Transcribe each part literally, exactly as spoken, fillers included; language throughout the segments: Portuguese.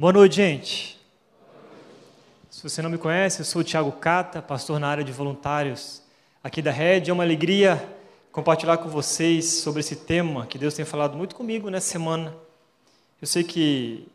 Boa noite, gente. Se você não me conhece, eu sou o Thiago Cata, pastor na área de voluntários aqui da Rede. É uma alegria compartilhar com vocês sobre esse tema que Deus tem falado muito comigo nessa semana. Eu sei que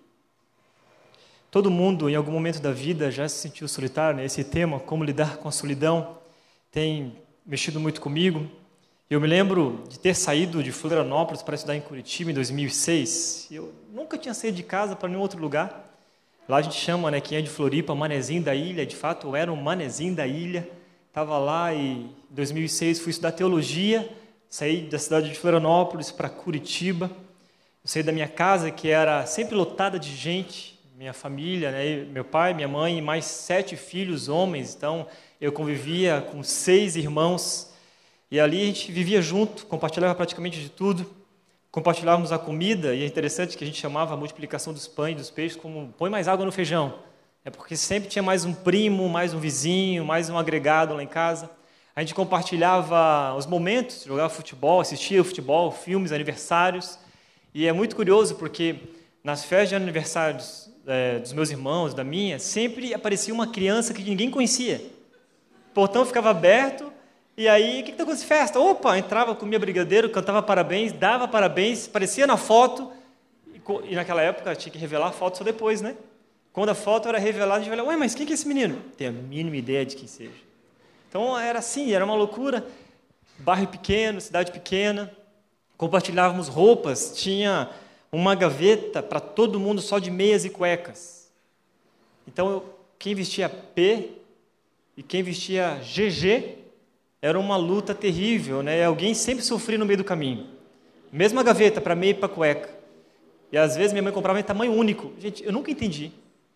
todo mundo, em algum momento da vida, já se sentiu solitário, né? Esse tema, como lidar com a solidão, tem mexido muito comigo. Eu me lembro de ter saído de Florianópolis para estudar em Curitiba em dois mil e seis. Eu nunca tinha saído de casa para nenhum outro lugar. Lá a gente chama, né, quem é de Floripa, manezinho da ilha. De fato, eu era um manezinho da ilha. Estava lá e em dois mil e seis fui estudar teologia. Saí da cidade de Florianópolis para Curitiba. Eu saí da minha casa, que era sempre lotada de gente. Minha família, né, meu pai, minha mãe e mais sete filhos homens. Então, eu convivia com seis irmãos. E ali a gente vivia junto, compartilhava praticamente de tudo, compartilhávamos a comida, e é interessante que a gente chamava a multiplicação dos pães e dos peixes como põe mais água no feijão. É porque sempre tinha mais um primo, mais um vizinho, mais um agregado lá em casa. A gente compartilhava os momentos, jogava futebol, assistia futebol, filmes, aniversários. E é muito curioso porque nas festas de aniversários é, dos meus irmãos, da minha, sempre aparecia uma criança que ninguém conhecia. O portão ficava aberto. E aí, o que está com essa festa? Opa, entrava, comia brigadeiro, cantava parabéns, dava parabéns, aparecia na foto, e, e naquela época tinha que revelar a foto só depois, né? Quando a foto era revelada, a gente falava, ué, mas quem que é esse menino? Tenho a mínima ideia de quem seja. Então, era assim, era uma loucura, bairro pequeno, cidade pequena, compartilhávamos roupas, tinha uma gaveta para todo mundo só de meias e cuecas. Então, eu, quem vestia P e quem vestia G G, era uma luta terrível, né? Alguém sempre sofria no meio do caminho. Mesma gaveta para meia e para cueca. E às vezes minha mãe comprava em tamanho único. Gente, eu nunca entendi.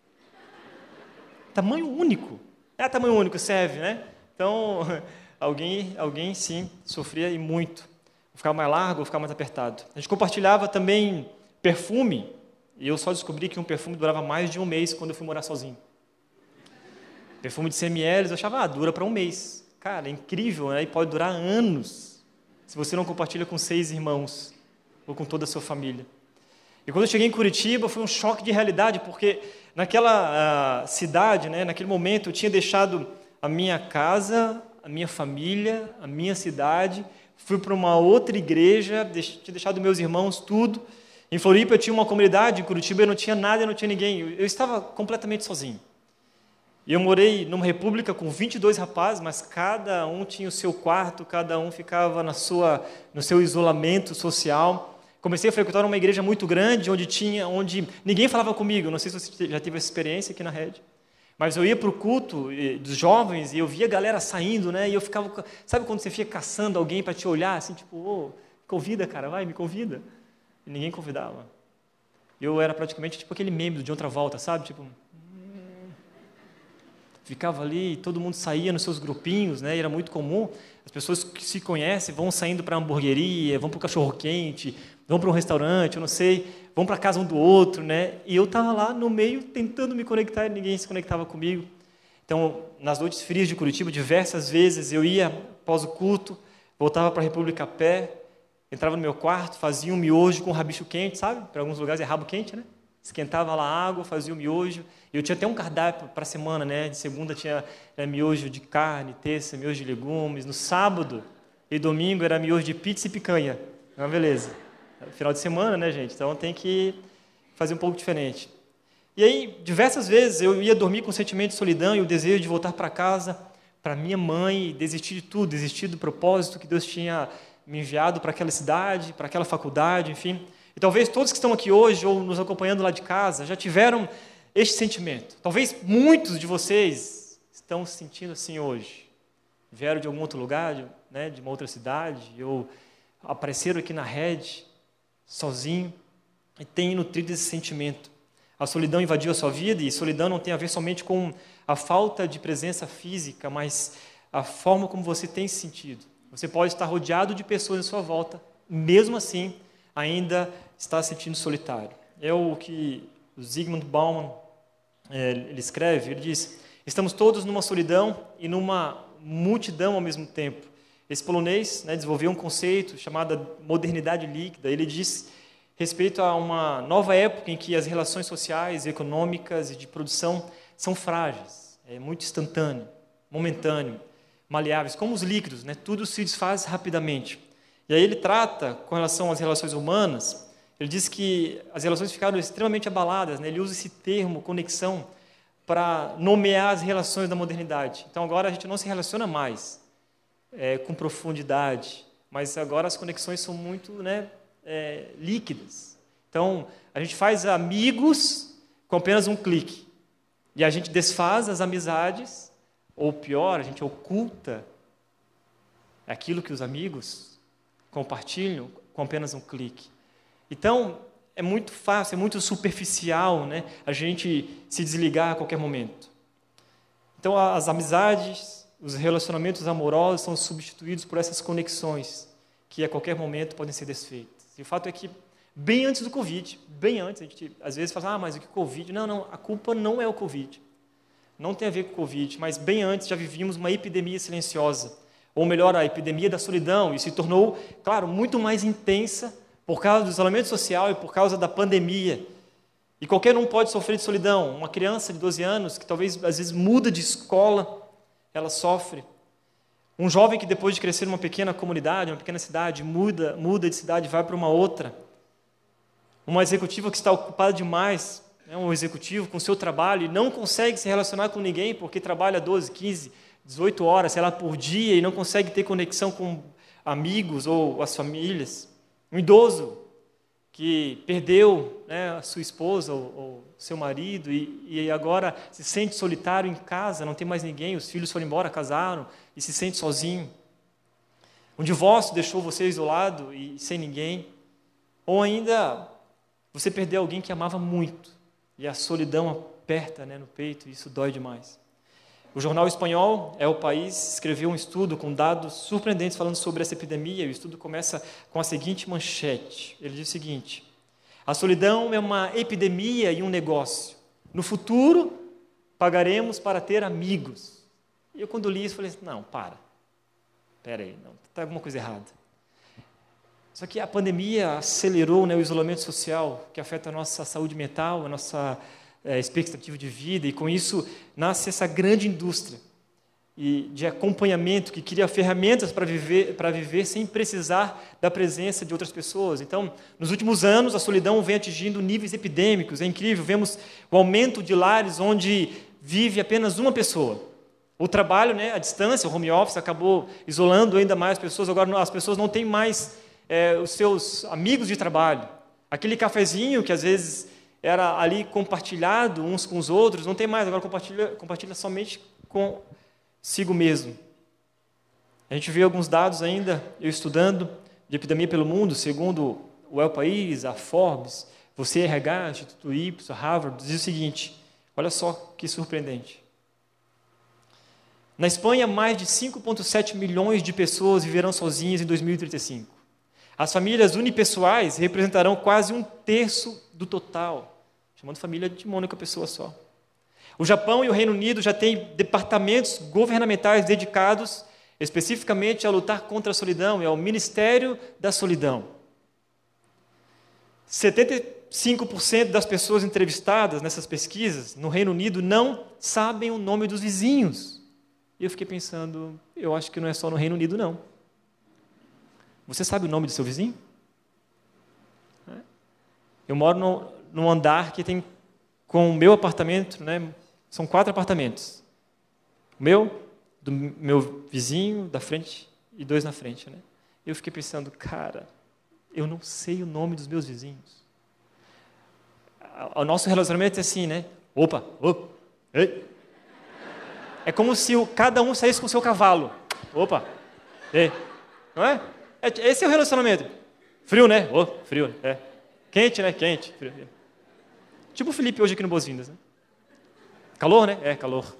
Tamanho único. É, tamanho único serve, né? Então, alguém, alguém sim, sofria e muito. Ou ficava mais largo, ou ficava mais apertado. A gente compartilhava também perfume. E eu só descobri que um perfume durava mais de um mês quando eu fui morar sozinho. Perfume de cem mililitros, eu achava, ah, dura para um mês. Cara, é incrível, né? E pode durar anos, se você não compartilha com seis irmãos, ou com toda a sua família. E quando eu cheguei em Curitiba, foi um choque de realidade, porque naquela uh, cidade, né, naquele momento, eu tinha deixado a minha casa, a minha família, a minha cidade, fui para uma outra igreja, deix, tinha deixado meus irmãos, tudo. Em Floripa eu tinha uma comunidade, em Curitiba eu não tinha nada, eu não tinha ninguém, eu, eu estava completamente sozinho. E eu morei numa república com vinte e dois rapazes, mas cada um tinha o seu quarto, cada um ficava na sua, no seu isolamento social. Comecei a frequentar uma igreja muito grande, onde, tinha, onde ninguém falava comigo. Não sei se você já teve essa experiência aqui na Rede. Mas eu ia para o culto dos jovens e eu via a galera saindo, né? E eu ficava... Sabe quando você fica caçando alguém para te olhar? Assim, tipo, oh, convida, cara, vai, me convida. E ninguém convidava. Eu era praticamente tipo aquele meme do John Travolta, sabe? Tipo... Ficava ali, todo mundo saía nos seus grupinhos, né? E era muito comum. As pessoas que se conhecem vão saindo para a hamburgueria, vão para o cachorro-quente, vão para um restaurante, eu não sei, vão para a casa um do outro, né? E eu estava lá no meio tentando me conectar e ninguém se conectava comigo. Então, nas noites frias de Curitiba, diversas vezes eu ia após o culto, voltava para a República a pé, entrava no meu quarto, fazia um miojo com rabicho quente, sabe? Para alguns lugares é rabo quente, né? Esquentava lá a água, fazia o miojo. Eu tinha até um cardápio para a semana, né? De segunda tinha é, miojo de carne, terça, miojo de legumes. No sábado e domingo era miojo de pizza e picanha. Uma beleza. Final de semana, né, gente? Então tem que fazer um pouco diferente. E aí, diversas vezes, eu ia dormir com o sentimento de solidão e o desejo de voltar para casa, para minha mãe, desistir de tudo, desistir do propósito que Deus tinha me enviado para aquela cidade, para aquela faculdade, enfim. E talvez todos que estão aqui hoje ou nos acompanhando lá de casa já tiveram este sentimento. Talvez muitos de vocês estão se sentindo assim hoje. Vieram de algum outro lugar, de, né, de uma outra cidade, ou apareceram aqui na Rede, sozinho, e têm nutrido esse sentimento. A solidão invadiu a sua vida, e solidão não tem a ver somente com a falta de presença física, mas a forma como você tem se sentido. Você pode estar rodeado de pessoas à sua volta, mesmo assim, ainda está se sentindo solitário. É o que o Zygmunt Bauman é, ele escreve, ele diz, estamos todos numa solidão e numa multidão ao mesmo tempo. Esse polonês, né, desenvolveu um conceito chamado modernidade líquida. Ele diz, respeito a uma nova época em que as relações sociais, econômicas e de produção são frágeis, é muito instantâneo, momentâneo, maleáveis, como os líquidos, né? Tudo se desfaz rapidamente. E aí ele trata, com relação às relações humanas, ele diz que as relações ficaram extremamente abaladas, né? Ele usa esse termo, conexão, para nomear as relações da modernidade. Então agora a gente não se relaciona mais é, com profundidade, mas agora as conexões são muito, né, é, líquidas. Então a gente faz amigos com apenas um clique. E a gente desfaz as amizades, ou pior, a gente oculta aquilo que os amigos compartilham com apenas um clique. Então, é muito fácil, é muito superficial, né, a gente se desligar a qualquer momento. Então, as amizades, os relacionamentos amorosos são substituídos por essas conexões que a qualquer momento podem ser desfeitas. E o fato é que, bem antes do Covid, bem antes, a gente às vezes fala, ah, mas o que é Covid? Não, não, a culpa não é o Covid. Não tem a ver com o Covid, mas bem antes já vivíamos uma epidemia silenciosa, ou melhor, a epidemia da solidão, e se tornou, claro, muito mais intensa por causa do isolamento social e por causa da pandemia. E qualquer um pode sofrer de solidão. Uma criança de doze anos, que talvez às vezes muda de escola, ela sofre. Um jovem que depois de crescer numa pequena comunidade, uma pequena cidade, muda, muda de cidade e vai para uma outra. Uma executiva que está ocupada demais, né, um executivo com seu trabalho e não consegue se relacionar com ninguém porque trabalha doze, quinze, dezoito horas, sei lá, por dia e não consegue ter conexão com amigos ou as famílias. Um idoso que perdeu, né, a sua esposa ou, ou seu marido e, e agora se sente solitário em casa, não tem mais ninguém, os filhos foram embora, casaram e se sente sozinho. Um divórcio deixou você isolado e sem ninguém. Ou ainda você perdeu alguém que amava muito e a solidão aperta, né, no peito e isso dói demais. O jornal espanhol É o País escreveu um estudo com dados surpreendentes falando sobre essa epidemia. O estudo começa com a seguinte manchete. Ele diz o seguinte: a solidão é uma epidemia e um negócio. No futuro, pagaremos para ter amigos. E eu, quando li isso, falei assim, não, para. Espera aí, está alguma coisa errada. Só que a pandemia acelerou, né, o isolamento social, que afeta a nossa saúde mental, a nossa É, expectativa de vida, e com isso nasce essa grande indústria e de acompanhamento que cria ferramentas para viver, para viver sem precisar da presença de outras pessoas. Então, nos últimos anos, a solidão vem atingindo níveis epidêmicos, é incrível, vemos o aumento de lares onde vive apenas uma pessoa. O trabalho, né, à distância, o home office, acabou isolando ainda mais as pessoas, agora as pessoas não têm mais é, os seus amigos de trabalho. Aquele cafezinho que às vezes era ali compartilhado uns com os outros, não tem mais, agora compartilha, compartilha somente consigo mesmo. A gente vê alguns dados ainda, eu estudando, de epidemia pelo mundo, segundo o El País, a Forbes, você, R H, Instituto Ipsos, Harvard, diz o seguinte, olha só que surpreendente. Na Espanha, mais de cinco vírgula sete milhões de pessoas viverão sozinhas em dois mil e trinta e cinco. As famílias unipessoais representarão quase um terço do total, chamando família de uma única pessoa só. O Japão e o Reino Unido já têm departamentos governamentais dedicados especificamente a lutar contra a solidão, é o Ministério da Solidão. setenta e cinco por cento das pessoas entrevistadas nessas pesquisas no Reino Unido não sabem o nome dos vizinhos. E eu fiquei pensando, eu acho que não é só no Reino Unido, não. Você sabe o nome do seu vizinho? Eu moro no, num andar que tem, com o meu apartamento, né, são quatro apartamentos. O meu, do meu vizinho, da frente, e dois na frente. Né? Eu fiquei pensando, cara, eu não sei o nome dos meus vizinhos. O nosso relacionamento é assim, né? Opa, opa, ei. É como se o, cada um saísse com o seu cavalo. Opa, ei. Não é? Esse é o relacionamento. Frio, né? Oh, frio, é. Quente, né? Quente. Frio. Tipo o Felipe hoje aqui no Boas-Vindas. Né? Calor, né? É, calor.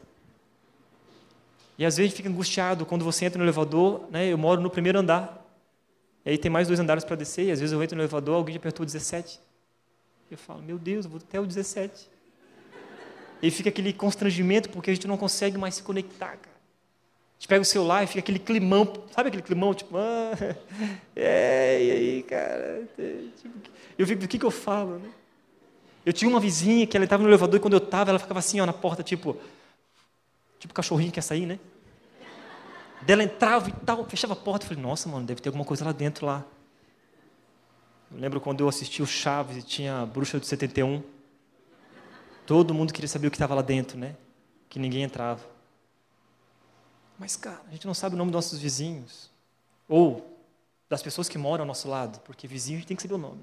E às vezes fica angustiado quando você entra no elevador, né? Eu moro no primeiro andar. E aí tem mais dois andares para descer, e às vezes eu entro no elevador, alguém já apertou o dezessete. Eu falo, meu Deus, eu vou até o dezessete. E fica aquele constrangimento, porque a gente não consegue mais se conectar, cara. gente pega o celular e fica aquele climão, sabe aquele climão, tipo, ah, é, e aí, cara? Eu fico, do que que eu falo, né? Eu tinha uma vizinha que ela estava no elevador e quando eu estava, ela ficava assim, ó, na porta, tipo, tipo cachorrinho que quer sair, né? Dela entrava e tal, fechava a porta, eu falei, nossa, mano, deve ter alguma coisa lá dentro, lá. Eu lembro quando eu assisti o Chaves e tinha a Bruxa de setenta e um, todo mundo queria saber o que estava lá dentro, né? Que ninguém entrava. Mas, cara, a gente não sabe o nome dos nossos vizinhos. Ou das pessoas que moram ao nosso lado, porque vizinho a gente tem que saber o nome.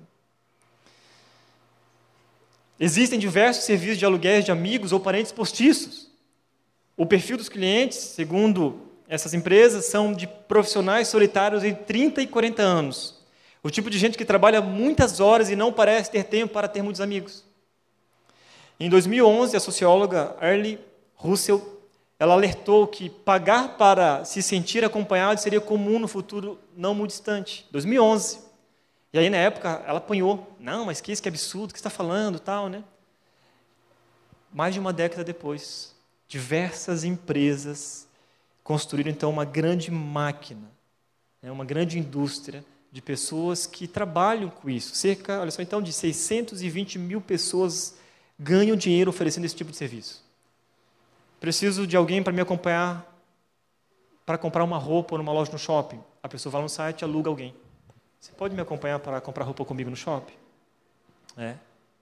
Existem diversos serviços de aluguéis de amigos ou parentes postiços. O perfil dos clientes, segundo essas empresas, são de profissionais solitários entre trinta e quarenta anos. O tipo de gente que trabalha muitas horas e não parece ter tempo para ter muitos amigos. Em dois mil e onze, a socióloga Early Russell, ela alertou que pagar para se sentir acompanhado seria comum no futuro não muito distante. dois mil e onze. E aí, na época, ela apanhou. Não, mas que isso, que absurdo, o que você está falando, tal, né? Mais de uma década depois, diversas empresas construíram, então, uma grande máquina, né, uma grande indústria de pessoas que trabalham com isso. Cerca, olha só, então, de seiscentos e vinte mil pessoas ganham dinheiro oferecendo esse tipo de serviço. Preciso de alguém para me acompanhar para comprar uma roupa numa loja no shopping. A pessoa vai no site e aluga alguém. Você pode me acompanhar para comprar roupa comigo no shopping? É.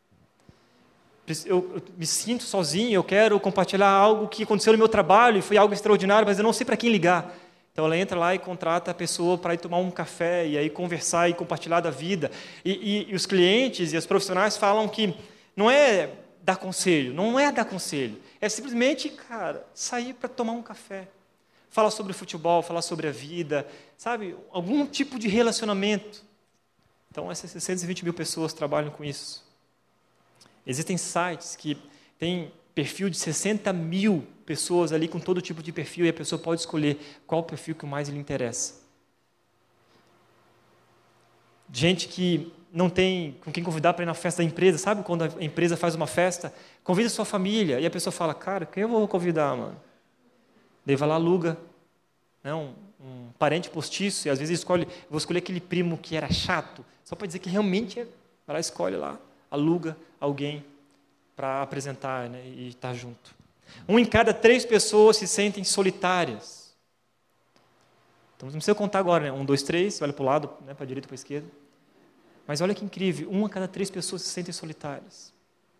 Eu, eu me sinto sozinho, eu quero compartilhar algo que aconteceu no meu trabalho e foi algo extraordinário, mas eu não sei para quem ligar. Então, ela entra lá e contrata a pessoa para ir tomar um café e aí conversar e compartilhar da vida. E, e, e os clientes e os profissionais falam que não é dar conselho, não é dar conselho. É simplesmente, cara, sair para tomar um café. Falar sobre futebol, falar sobre a vida, sabe? Algum tipo de relacionamento. Então, essas seiscentos e vinte mil pessoas trabalham com isso. Existem sites que têm perfil de sessenta mil pessoas ali com todo tipo de perfil e a pessoa pode escolher qual perfil que mais lhe interessa. Gente que não tem com quem convidar para ir na festa da empresa, sabe quando a empresa faz uma festa? Convida a sua família, e a pessoa fala, cara, quem eu vou convidar, mano? Daí vai lá, aluga, né, um, um parente postiço, e às vezes escolhe, vou escolher aquele primo que era chato, só para dizer que realmente é, vai lá, escolhe lá, aluga alguém para apresentar, né, e estar junto. Um em cada três pessoas se sentem solitárias. Então, não precisa contar agora, né? Um, dois, três, olha para o lado, né, para a direita, para a esquerda. Mas olha que incrível, uma a cada três pessoas se sentem solitárias.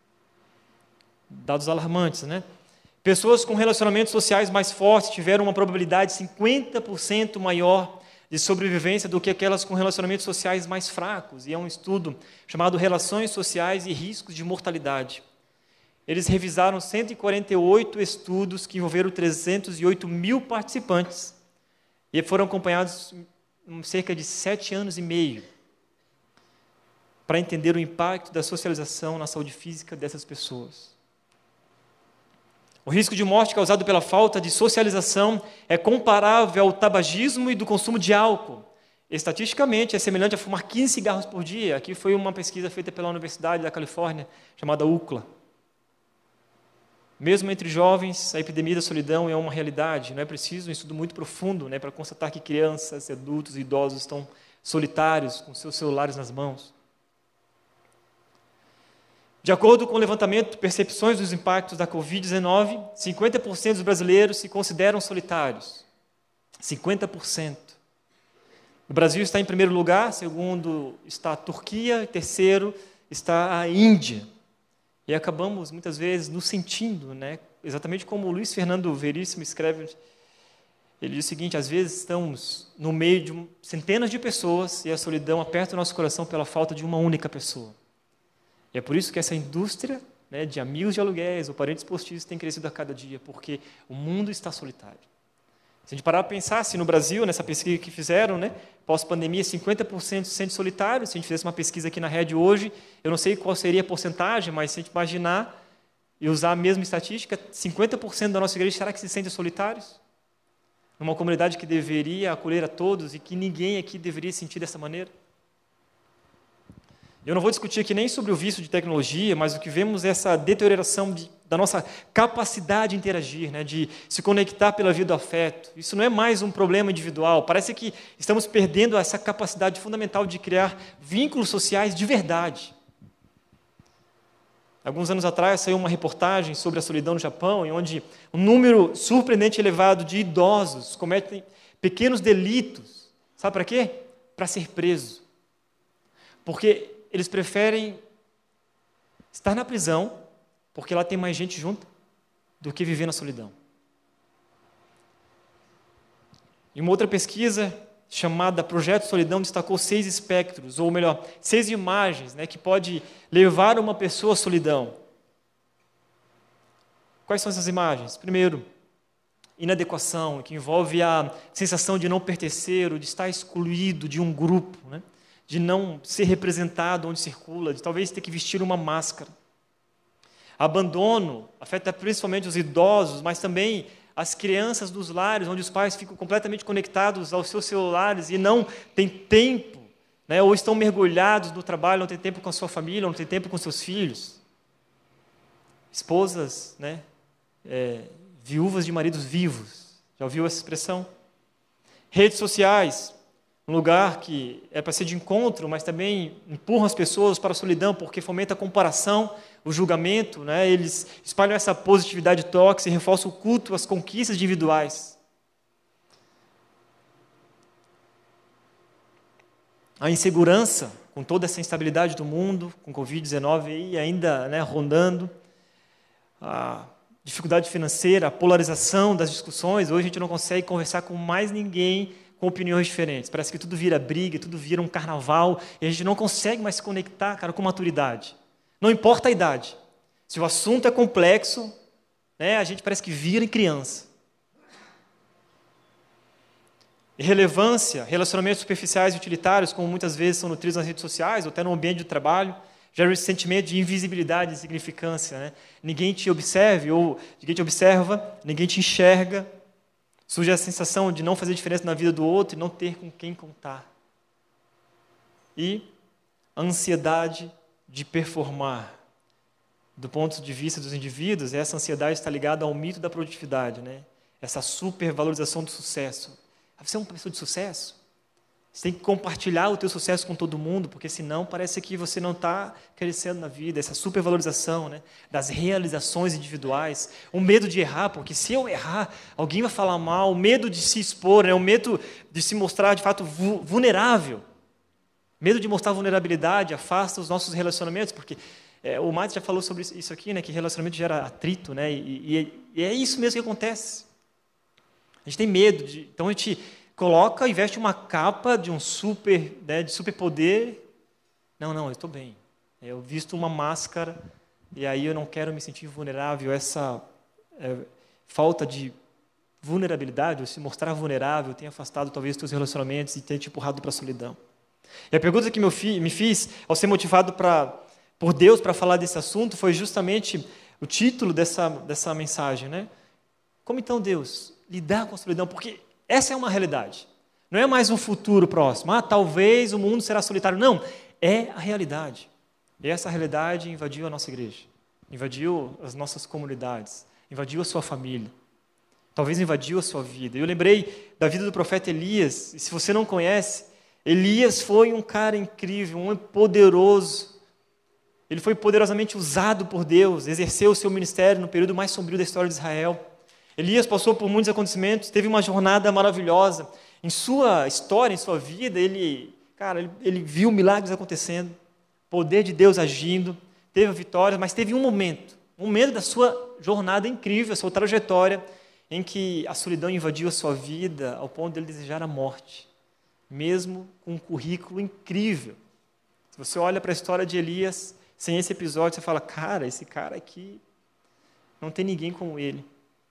Dados alarmantes, né? Pessoas com relacionamentos sociais mais fortes tiveram uma probabilidade cinquenta por cento maior de sobrevivência do que aquelas com relacionamentos sociais mais fracos. E é um estudo chamado Relações Sociais e Riscos de Mortalidade. Eles revisaram cento e quarenta e oito estudos que envolveram trezentos e oito mil participantes e foram acompanhados em cerca de sete anos e meio para entender o impacto da socialização na saúde física dessas pessoas. O risco de morte causado pela falta de socialização é comparável ao tabagismo e do consumo de álcool. Estatisticamente, é semelhante a fumar quinze cigarros por dia. Aqui foi uma pesquisa feita pela Universidade da Califórnia, chamada U C L A. Mesmo entre jovens, a epidemia da solidão é uma realidade. Não é preciso um estudo muito profundo, né, para constatar que crianças, adultos e idosos estão solitários, com seus celulares nas mãos. De acordo com o levantamento Percepções dos Impactos da covid dezenove, cinquenta por cento dos brasileiros se consideram solitários. cinquenta por cento. O Brasil está em primeiro lugar, segundo está a Turquia, e terceiro está a Índia. E acabamos, muitas vezes, nos sentindo, né? Exatamente como o Luiz Fernando Veríssimo escreve, ele diz o seguinte, às vezes estamos no meio de centenas de pessoas e a solidão aperta o nosso coração pela falta de uma única pessoa. E é por isso que essa indústria, né, de amigos de aluguéis ou parentes postiços tem crescido a cada dia, porque o mundo está solitário. Se a gente parar para pensar, se no Brasil, nessa pesquisa que fizeram, né, pós-pandemia, cinquenta por cento se sente solitário, se a gente fizesse uma pesquisa aqui na rede hoje, eu não sei qual seria a porcentagem, mas se a gente imaginar e usar a mesma estatística, cinquenta por cento da nossa igreja, será que se sentem solitários? Numa comunidade que deveria acolher a todos e que ninguém aqui deveria sentir dessa maneira? Eu não vou discutir aqui nem sobre o vício de tecnologia, mas o que vemos é essa deterioração de, da nossa capacidade de interagir, né, de se conectar pela via do afeto. Isso não é mais um problema individual. Parece que estamos perdendo essa capacidade fundamental de criar vínculos sociais de verdade. Alguns anos atrás saiu uma reportagem sobre a solidão no Japão, em onde um número surpreendente elevado de idosos cometem pequenos delitos. Sabe para quê? Para ser preso. Porque eles preferem estar na prisão, porque lá tem mais gente junto, do que viver na solidão. Em uma outra pesquisa, chamada Projeto Solidão, destacou seis espectros, ou melhor, seis imagens, né, que pode levar uma pessoa à solidão. Quais são essas imagens? Primeiro, inadequação, que envolve a sensação de não pertencer, ou de estar excluído de um grupo, né? De não ser representado onde circula, de talvez ter que vestir uma máscara. Abandono afeta principalmente os idosos, mas também as crianças dos lares, onde os pais ficam completamente conectados aos seus celulares e não têm tempo, né, ou estão mergulhados no trabalho, não têm tempo com a sua família, não têm tempo com seus filhos. Esposas, né, é, viúvas de maridos vivos. Já ouviu essa expressão? Redes sociais. Um lugar que é para ser de encontro, mas também empurra as pessoas para a solidão, porque fomenta a comparação, o julgamento, né? Eles espalham essa positividade tóxica e reforçam o culto às conquistas individuais. A insegurança, com toda essa instabilidade do mundo, com covid dezenove aí ainda, né, rondando, a dificuldade financeira, a polarização das discussões, hoje a gente não consegue conversar com mais ninguém com opiniões diferentes. Parece que tudo vira briga, tudo vira um carnaval, e a gente não consegue mais se conectar, cara, com maturidade. Não importa a idade. Se o assunto é complexo, né, a gente parece que vira em criança. Irrelevância, relacionamentos superficiais e utilitários, como muitas vezes são nutridos nas redes sociais, ou até no ambiente de trabalho, gera esse sentimento de invisibilidade e insignificância, né? Ninguém te observa, ou ninguém te observa, ninguém te enxerga. Surge a sensação de não fazer diferença na vida do outro e não ter com quem contar. E a ansiedade de performar. Do ponto de vista dos indivíduos, essa ansiedade está ligada ao mito da produtividade, né? Essa supervalorização do sucesso. Você é uma pessoa de sucesso? Você tem que compartilhar o teu sucesso com todo mundo, porque senão parece que você não está crescendo na vida. Essa supervalorização, né, das realizações individuais, o medo de errar, porque se eu errar, alguém vai falar mal, o medo de se expor, né, o medo de se mostrar de fato vulnerável. Medo de mostrar vulnerabilidade afasta os nossos relacionamentos, porque é, o Matos já falou sobre isso aqui, né, que relacionamento gera atrito, né, e, e, e é isso mesmo que acontece. A gente tem medo, de, então a gente coloca e veste uma capa de um super, né, de superpoder. Não, não, eu estou bem. Eu visto uma máscara e aí eu não quero me sentir vulnerável. Essa é, falta de vulnerabilidade, ou se mostrar vulnerável, tem afastado talvez os teus relacionamentos e tem te empurrado para a solidão. E a pergunta que me fiz ao ser motivado pra, por Deus para falar desse assunto foi justamente o título dessa, dessa mensagem, né? Como então, Deus, lidar com a solidão? Porque essa é uma realidade. Não é mais um futuro próximo. Ah, talvez o mundo será solitário. Não, é a realidade. E essa realidade invadiu a nossa igreja. Invadiu as nossas comunidades. Invadiu a sua família. Talvez invadiu a sua vida. Eu lembrei da vida do profeta Elias. E se você não conhece, Elias foi um cara incrível, um poderoso. Ele foi poderosamente usado por Deus. Exerceu o seu ministério no período mais sombrio da história de Israel. Elias passou por muitos acontecimentos, teve uma jornada maravilhosa. Em sua história, em sua vida, ele, cara, ele, ele viu milagres acontecendo, poder de Deus agindo, teve vitórias, mas teve um momento, um momento da sua jornada incrível, a sua trajetória, em que a solidão invadiu a sua vida ao ponto de ele desejar a morte, mesmo com um currículo incrível. Se você olha para a história de Elias, sem esse episódio, você fala, cara, esse cara aqui, não tem ninguém como ele.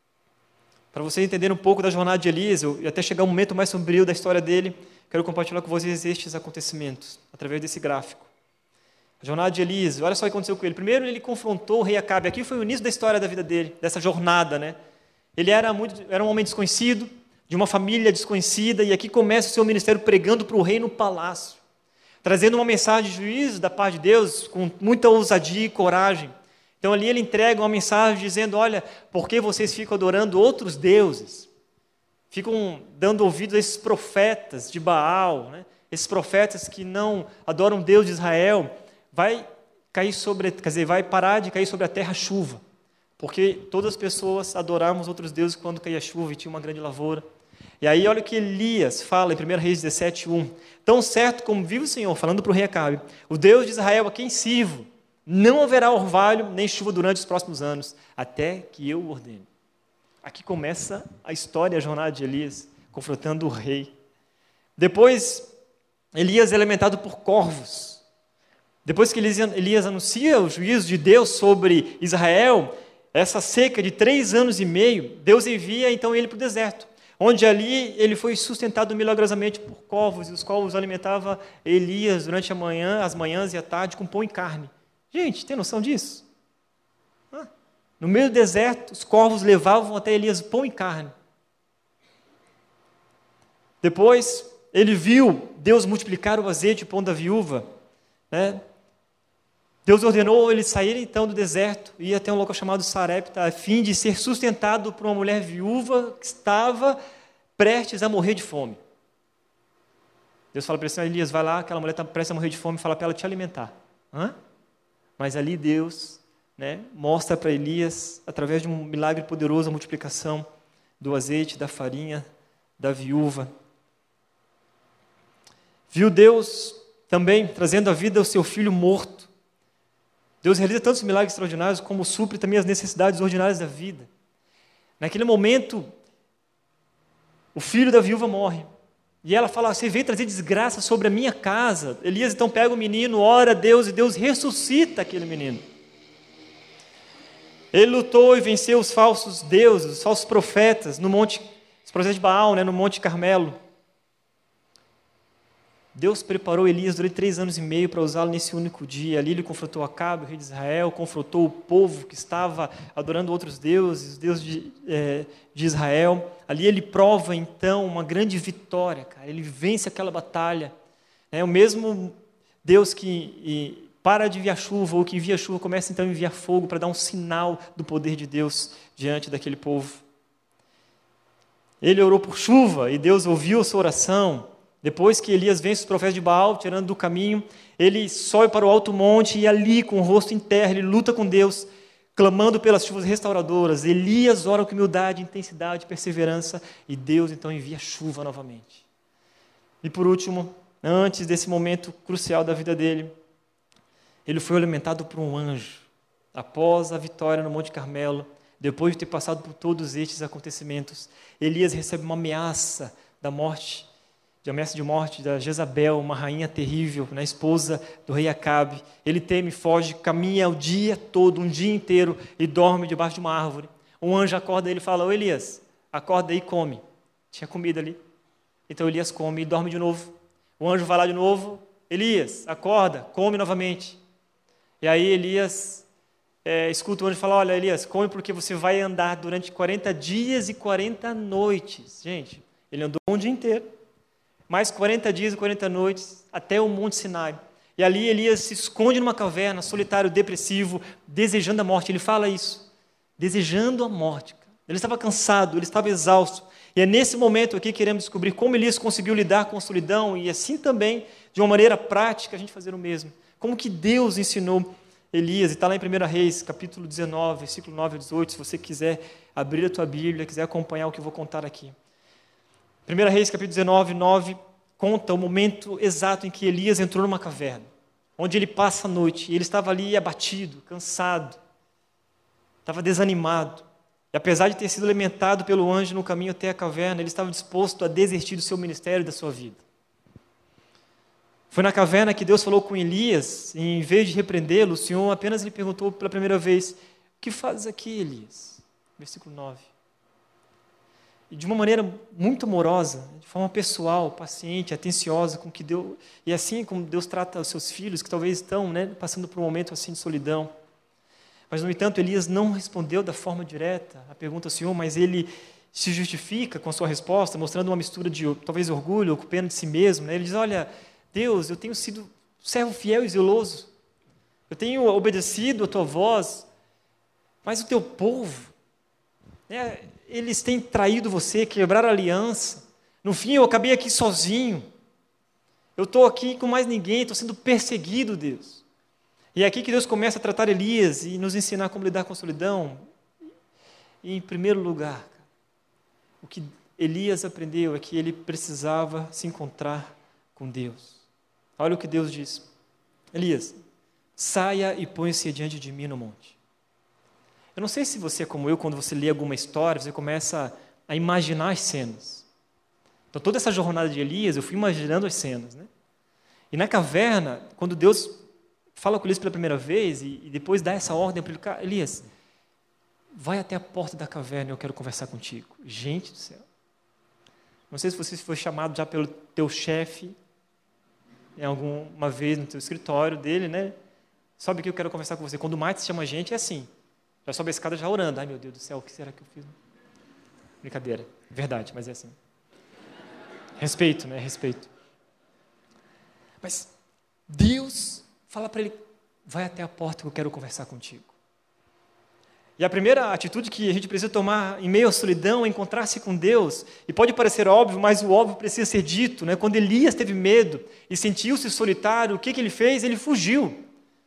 Para vocês entenderem um pouco da jornada de Elias, e até chegar um momento mais sombrio da história dele, quero compartilhar com vocês estes acontecimentos, através desse gráfico. A jornada de Elias, olha só o que aconteceu com ele. Primeiro, ele confrontou o rei Acabe. Aqui foi o início da história da vida dele, dessa jornada, né? Ele era, muito, era um homem desconhecido, de uma família desconhecida, e aqui começa o seu ministério pregando para o rei no palácio, trazendo uma mensagem de juízo da parte de Deus, com muita ousadia e coragem. Então ali ele entrega uma mensagem dizendo, olha, por que vocês ficam adorando outros deuses? Ficam dando ouvidos a esses profetas de Baal, né? Esses profetas que não adoram Deus de Israel, vai cair sobre, quer dizer, vai parar de cair sobre a terra chuva, porque todas as pessoas adoravam outros deuses quando caía chuva e tinha uma grande lavoura. E aí olha o que Elias fala em primeira Reis dezessete, um. Tão certo como vive o Senhor, falando para o rei Acabe, o Deus de Israel a quem sirvo, não haverá orvalho nem chuva durante os próximos anos, até que eu o ordene. Aqui começa a história, a jornada de Elias, confrontando o rei. Depois, Elias é alimentado por corvos. Depois que Elias, Elias anuncia o juízo de Deus sobre Israel, essa seca de três anos e meio, Deus envia então ele para o deserto, onde ali ele foi sustentado milagrosamente por corvos, e os corvos alimentavam Elias durante a manhã, as manhãs e a tarde com pão e carne. Gente, tem noção disso? Ah, no meio do deserto, os corvos levavam até Elias pão e carne. Depois, ele viu Deus multiplicar o azeite e o pão da viúva, né? Deus ordenou ele sair então do deserto e ir até um local chamado Sarepta, a fim de ser sustentado por uma mulher viúva que estava prestes a morrer de fome. Deus fala para ele assim, Elias, vai lá, aquela mulher está prestes a morrer de fome, fala para ela te alimentar. Hã? Mas ali Deus, né, mostra para Elias, através de um milagre poderoso, a multiplicação do azeite, da farinha, da viúva. Viu Deus também trazendo à vida o seu filho morto. Deus realiza tantos milagres extraordinários como supre também as necessidades ordinárias da vida. Naquele momento, o filho da viúva morre. E ela fala, você veio trazer desgraça sobre a minha casa. Elias então pega o menino, ora a Deus, e Deus ressuscita aquele menino. Ele lutou e venceu os falsos deuses, os falsos profetas, no monte, os profetas de Baal, né, no Monte Carmelo. Deus preparou Elias durante três anos e meio para usá-lo nesse único dia. Ali ele confrontou Acabe, o rei de Israel, confrontou o povo que estava adorando outros deuses, os deuses de, é, de Israel. Ali ele prova, então, uma grande vitória, cara. Ele vence aquela batalha. É o mesmo Deus que e, para de enviar chuva, ou que envia chuva, começa então a enviar fogo para dar um sinal do poder de Deus diante daquele povo. Ele orou por chuva e Deus ouviu a sua oração. Depois que Elias vence os profetas de Baal, tirando do caminho, ele sobe para o alto monte e ali, com o rosto em terra, ele luta com Deus, clamando pelas chuvas restauradoras. Elias ora com humildade, intensidade, perseverança, e Deus então envia chuva novamente. E por último, antes desse momento crucial da vida dele, ele foi alimentado por um anjo. Após a vitória no Monte Carmelo, depois de ter passado por todos estes acontecimentos, Elias recebe uma ameaça da morte, de ameaça de morte da Jezabel, uma rainha terrível, né, esposa do rei Acabe. Ele teme, foge, caminha o dia todo, um dia inteiro, e dorme debaixo de uma árvore. Um anjo acorda ele e fala, ô Elias, acorda aí e come. Tinha comida ali. Então Elias come e dorme de novo. O anjo vai lá de novo, Elias, acorda, come novamente. E aí Elias é, escuta o anjo e fala, olha Elias, come porque você vai andar durante quarenta dias e quarenta noites. Gente, ele andou um dia inteiro. Mais quarenta dias e quarenta noites, até o Monte Sinai. E ali Elias se esconde numa caverna, solitário, depressivo, desejando a morte. Ele fala isso, desejando a morte. Ele estava cansado, ele estava exausto. E é nesse momento aqui que queremos descobrir como Elias conseguiu lidar com a solidão e assim também, de uma maneira prática, a gente fazer o mesmo. Como que Deus ensinou Elias. E está lá em primeira Reis, capítulo dezenove, versículo nove a dezoito, se você quiser abrir a tua Bíblia, quiser acompanhar o que eu vou contar aqui. primeira Reis, capítulo dezenove, nove, conta o momento exato em que Elias entrou numa caverna, onde ele passa a noite, e ele estava ali abatido, cansado, estava desanimado, e apesar de ter sido alimentado pelo anjo no caminho até a caverna, ele estava disposto a desistir do seu ministério e da sua vida. Foi na caverna que Deus falou com Elias, e em vez de repreendê-lo, o Senhor apenas lhe perguntou pela primeira vez, o que fazes aqui, Elias? Versículo nove. E de uma maneira muito amorosa, de forma pessoal, paciente, atenciosa, com que Deus, e assim como Deus trata os seus filhos, que talvez estão, né, passando por um momento assim de solidão. Mas, no entanto, Elias não respondeu da forma direta a pergunta ao Senhor, mas ele se justifica com a sua resposta, mostrando uma mistura de, talvez, orgulho, ou pena de si mesmo. Né? Ele diz, olha, Deus, eu tenho sido servo fiel e zeloso. Eu tenho obedecido a tua voz, mas o teu povo, né, eles têm traído você, quebraram a aliança. No fim, eu acabei aqui sozinho. Eu estou aqui com mais ninguém, estou sendo perseguido, Deus. E é aqui que Deus começa a tratar Elias e nos ensinar como lidar com a solidão. E, em primeiro lugar, o que Elias aprendeu é que ele precisava se encontrar com Deus. Olha o que Deus diz. Elias, saia e põe-se diante de mim no monte. Eu não sei se você é como eu, quando você lê alguma história, você começa a imaginar as cenas. Então, toda essa jornada de Elias, eu fui imaginando as cenas, né? E na caverna, quando Deus fala com Elias pela primeira vez, e, e depois dá essa ordem para ele, Elias, vai até a porta da caverna e eu quero conversar contigo. Gente do céu. Não sei se você foi chamado já pelo teu chefe, em alguma vez no teu escritório dele, né? Sobe aqui, eu quero conversar com você. Quando o Mate chama a gente, é assim. Já sobe a escada já orando. Ai, meu Deus do céu, o que será que eu fiz? Brincadeira. Verdade, mas é assim. Respeito, né? Respeito. Mas Deus fala para ele, vai até a porta que eu quero conversar contigo. E a primeira atitude que a gente precisa tomar em meio à solidão é encontrar-se com Deus. E pode parecer óbvio, mas o óbvio precisa ser dito, né? Quando Elias teve medo e sentiu-se solitário, o que, que ele fez? Ele fugiu.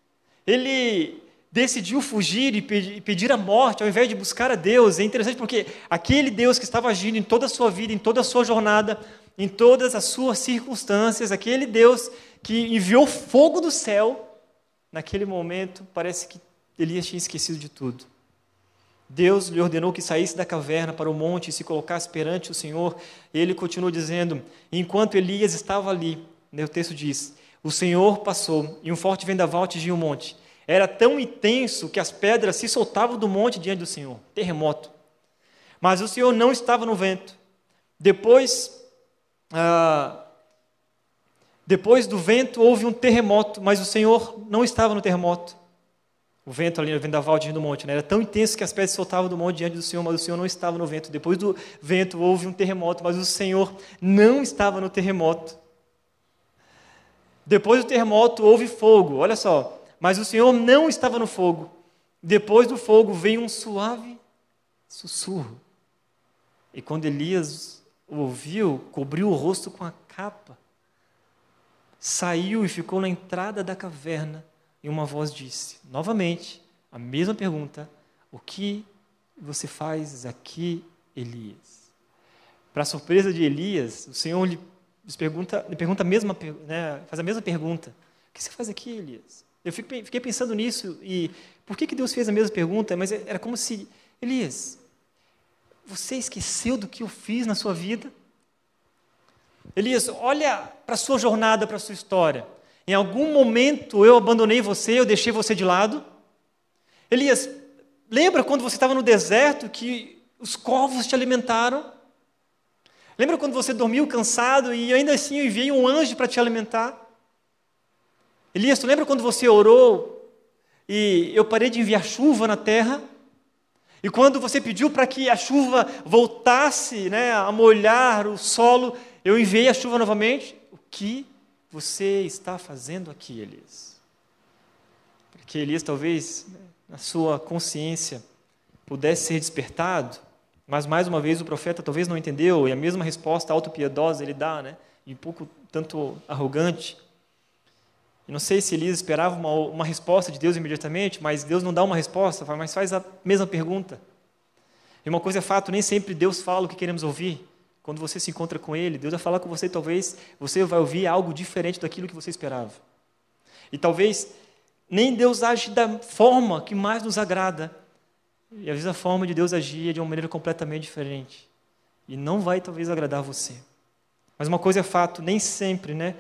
Ele decidiu fugir e pedir a morte, ao invés de buscar a Deus. É interessante porque aquele Deus que estava agindo em toda a sua vida, em toda a sua jornada, em todas as suas circunstâncias, aquele Deus que enviou fogo do céu, naquele momento, parece que Elias tinha esquecido de tudo. Deus lhe ordenou que saísse da caverna para o monte e se colocasse perante o Senhor. E ele continuou dizendo, enquanto Elias estava ali, né, o texto diz, o Senhor passou e um forte vendaval atingiu o monte. Era tão intenso que as pedras se soltavam do monte diante do Senhor. Terremoto. Mas o Senhor não estava no vento. Depois, ah, depois do vento houve um terremoto, mas o Senhor não estava no terremoto. O vento ali, o vendaval diante do monte, né? Era tão intenso que as pedras se soltavam do monte diante do Senhor, mas o Senhor não estava no vento. Depois do vento houve um terremoto, mas o Senhor não estava no terremoto. Depois do terremoto houve fogo, olha só, mas o Senhor não estava no fogo. Depois do fogo veio um suave sussurro. E quando Elias o ouviu, cobriu o rosto com a capa, saiu e ficou na entrada da caverna. E uma voz disse, novamente, a mesma pergunta, o que você faz aqui, Elias? Para a surpresa de Elias, o Senhor lhe pergunta, lhe pergunta a mesma, né, faz a mesma pergunta, o que você faz aqui, Elias? Eu fiquei pensando nisso, e por que, que Deus fez a mesma pergunta? Mas era como se, Elias, você esqueceu do que eu fiz na sua vida? Elias, olha para a sua jornada, para a sua história. Em algum momento eu abandonei você, eu deixei você de lado? Elias, lembra quando você estava no deserto que os corvos te alimentaram? Lembra quando você dormiu cansado e ainda assim eu enviei um anjo para te alimentar? Elias, tu lembra quando você orou e eu parei de enviar chuva na terra? E quando você pediu para que a chuva voltasse, né, a molhar o solo, eu enviei a chuva novamente? O que você está fazendo aqui, Elias? Porque Elias talvez, né, na sua consciência, pudesse ser despertado, mas mais uma vez o profeta talvez não entendeu, e a mesma resposta autopiedosa ele dá, né, e um pouco tanto arrogante. E não sei se Elias esperava uma, uma resposta de Deus imediatamente, mas Deus não dá uma resposta, mas faz a mesma pergunta. E uma coisa é fato, nem sempre Deus fala o que queremos ouvir. Quando você se encontra com Ele, Deus vai falar com você, talvez você vai ouvir algo diferente daquilo que você esperava. E talvez nem Deus age da forma que mais nos agrada. E às vezes a forma de Deus agir é de uma maneira completamente diferente. E não vai talvez agradar você. Mas uma coisa é fato, nem sempre, né?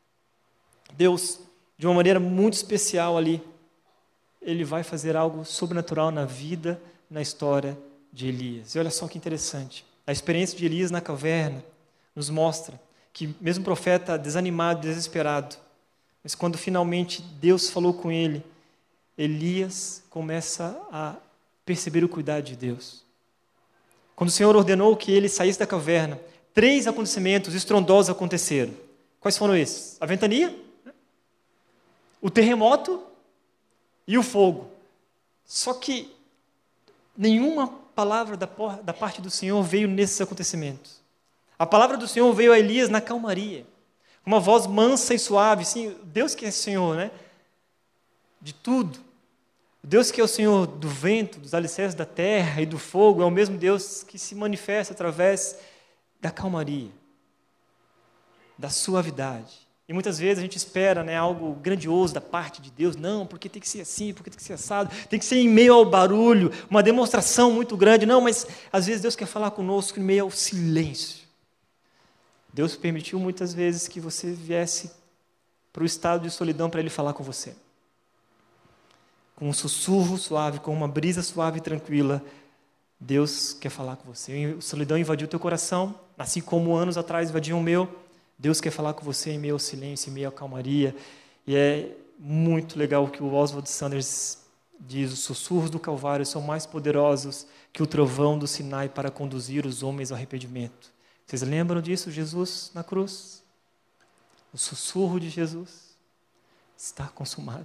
Deus, de uma maneira muito especial ali, Ele vai fazer algo sobrenatural na vida, na história de Elias. E olha só que interessante. A experiência de Elias na caverna nos mostra que mesmo o profeta desanimado, desesperado, mas quando finalmente Deus falou com ele, Elias começa a perceber o cuidado de Deus. Quando o Senhor ordenou que ele saísse da caverna, três acontecimentos estrondosos aconteceram. Quais foram esses? A ventania, o terremoto e o fogo. Só que nenhuma palavra da, da parte do Senhor veio nesses acontecimentos. A palavra do Senhor veio a Elias na calmaria, uma voz mansa e suave. Sim, Deus que é Senhor, né? De tudo. Deus que é o Senhor do vento, dos alicerces da terra e do fogo, é o mesmo Deus que se manifesta através da calmaria, da suavidade. E muitas vezes a gente espera, né, algo grandioso da parte de Deus. Não, porque tem que ser assim, porque tem que ser assado, tem que ser em meio ao barulho, uma demonstração muito grande. Não, mas às vezes Deus quer falar conosco em meio ao silêncio. Deus permitiu muitas vezes que você viesse para o estado de solidão para Ele falar com você. Com um sussurro suave, com uma brisa suave e tranquila, Deus quer falar com você. A solidão invadiu o teu coração, assim como anos atrás invadiu o meu. Deus quer falar com você em meio ao silêncio, em meio à calmaria. E é muito legal o que o Oswald Sanders diz: os sussurros do Calvário são mais poderosos que o trovão do Sinai para conduzir os homens ao arrependimento. Vocês lembram disso? Jesus na cruz? O sussurro de Jesus está consumado.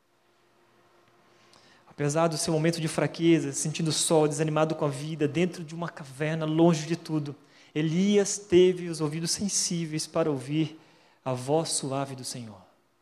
Apesar do seu momento de fraqueza, sentindo só, desanimado com a vida, dentro de uma caverna, longe de tudo, Elias teve os ouvidos sensíveis para ouvir a voz suave do Senhor.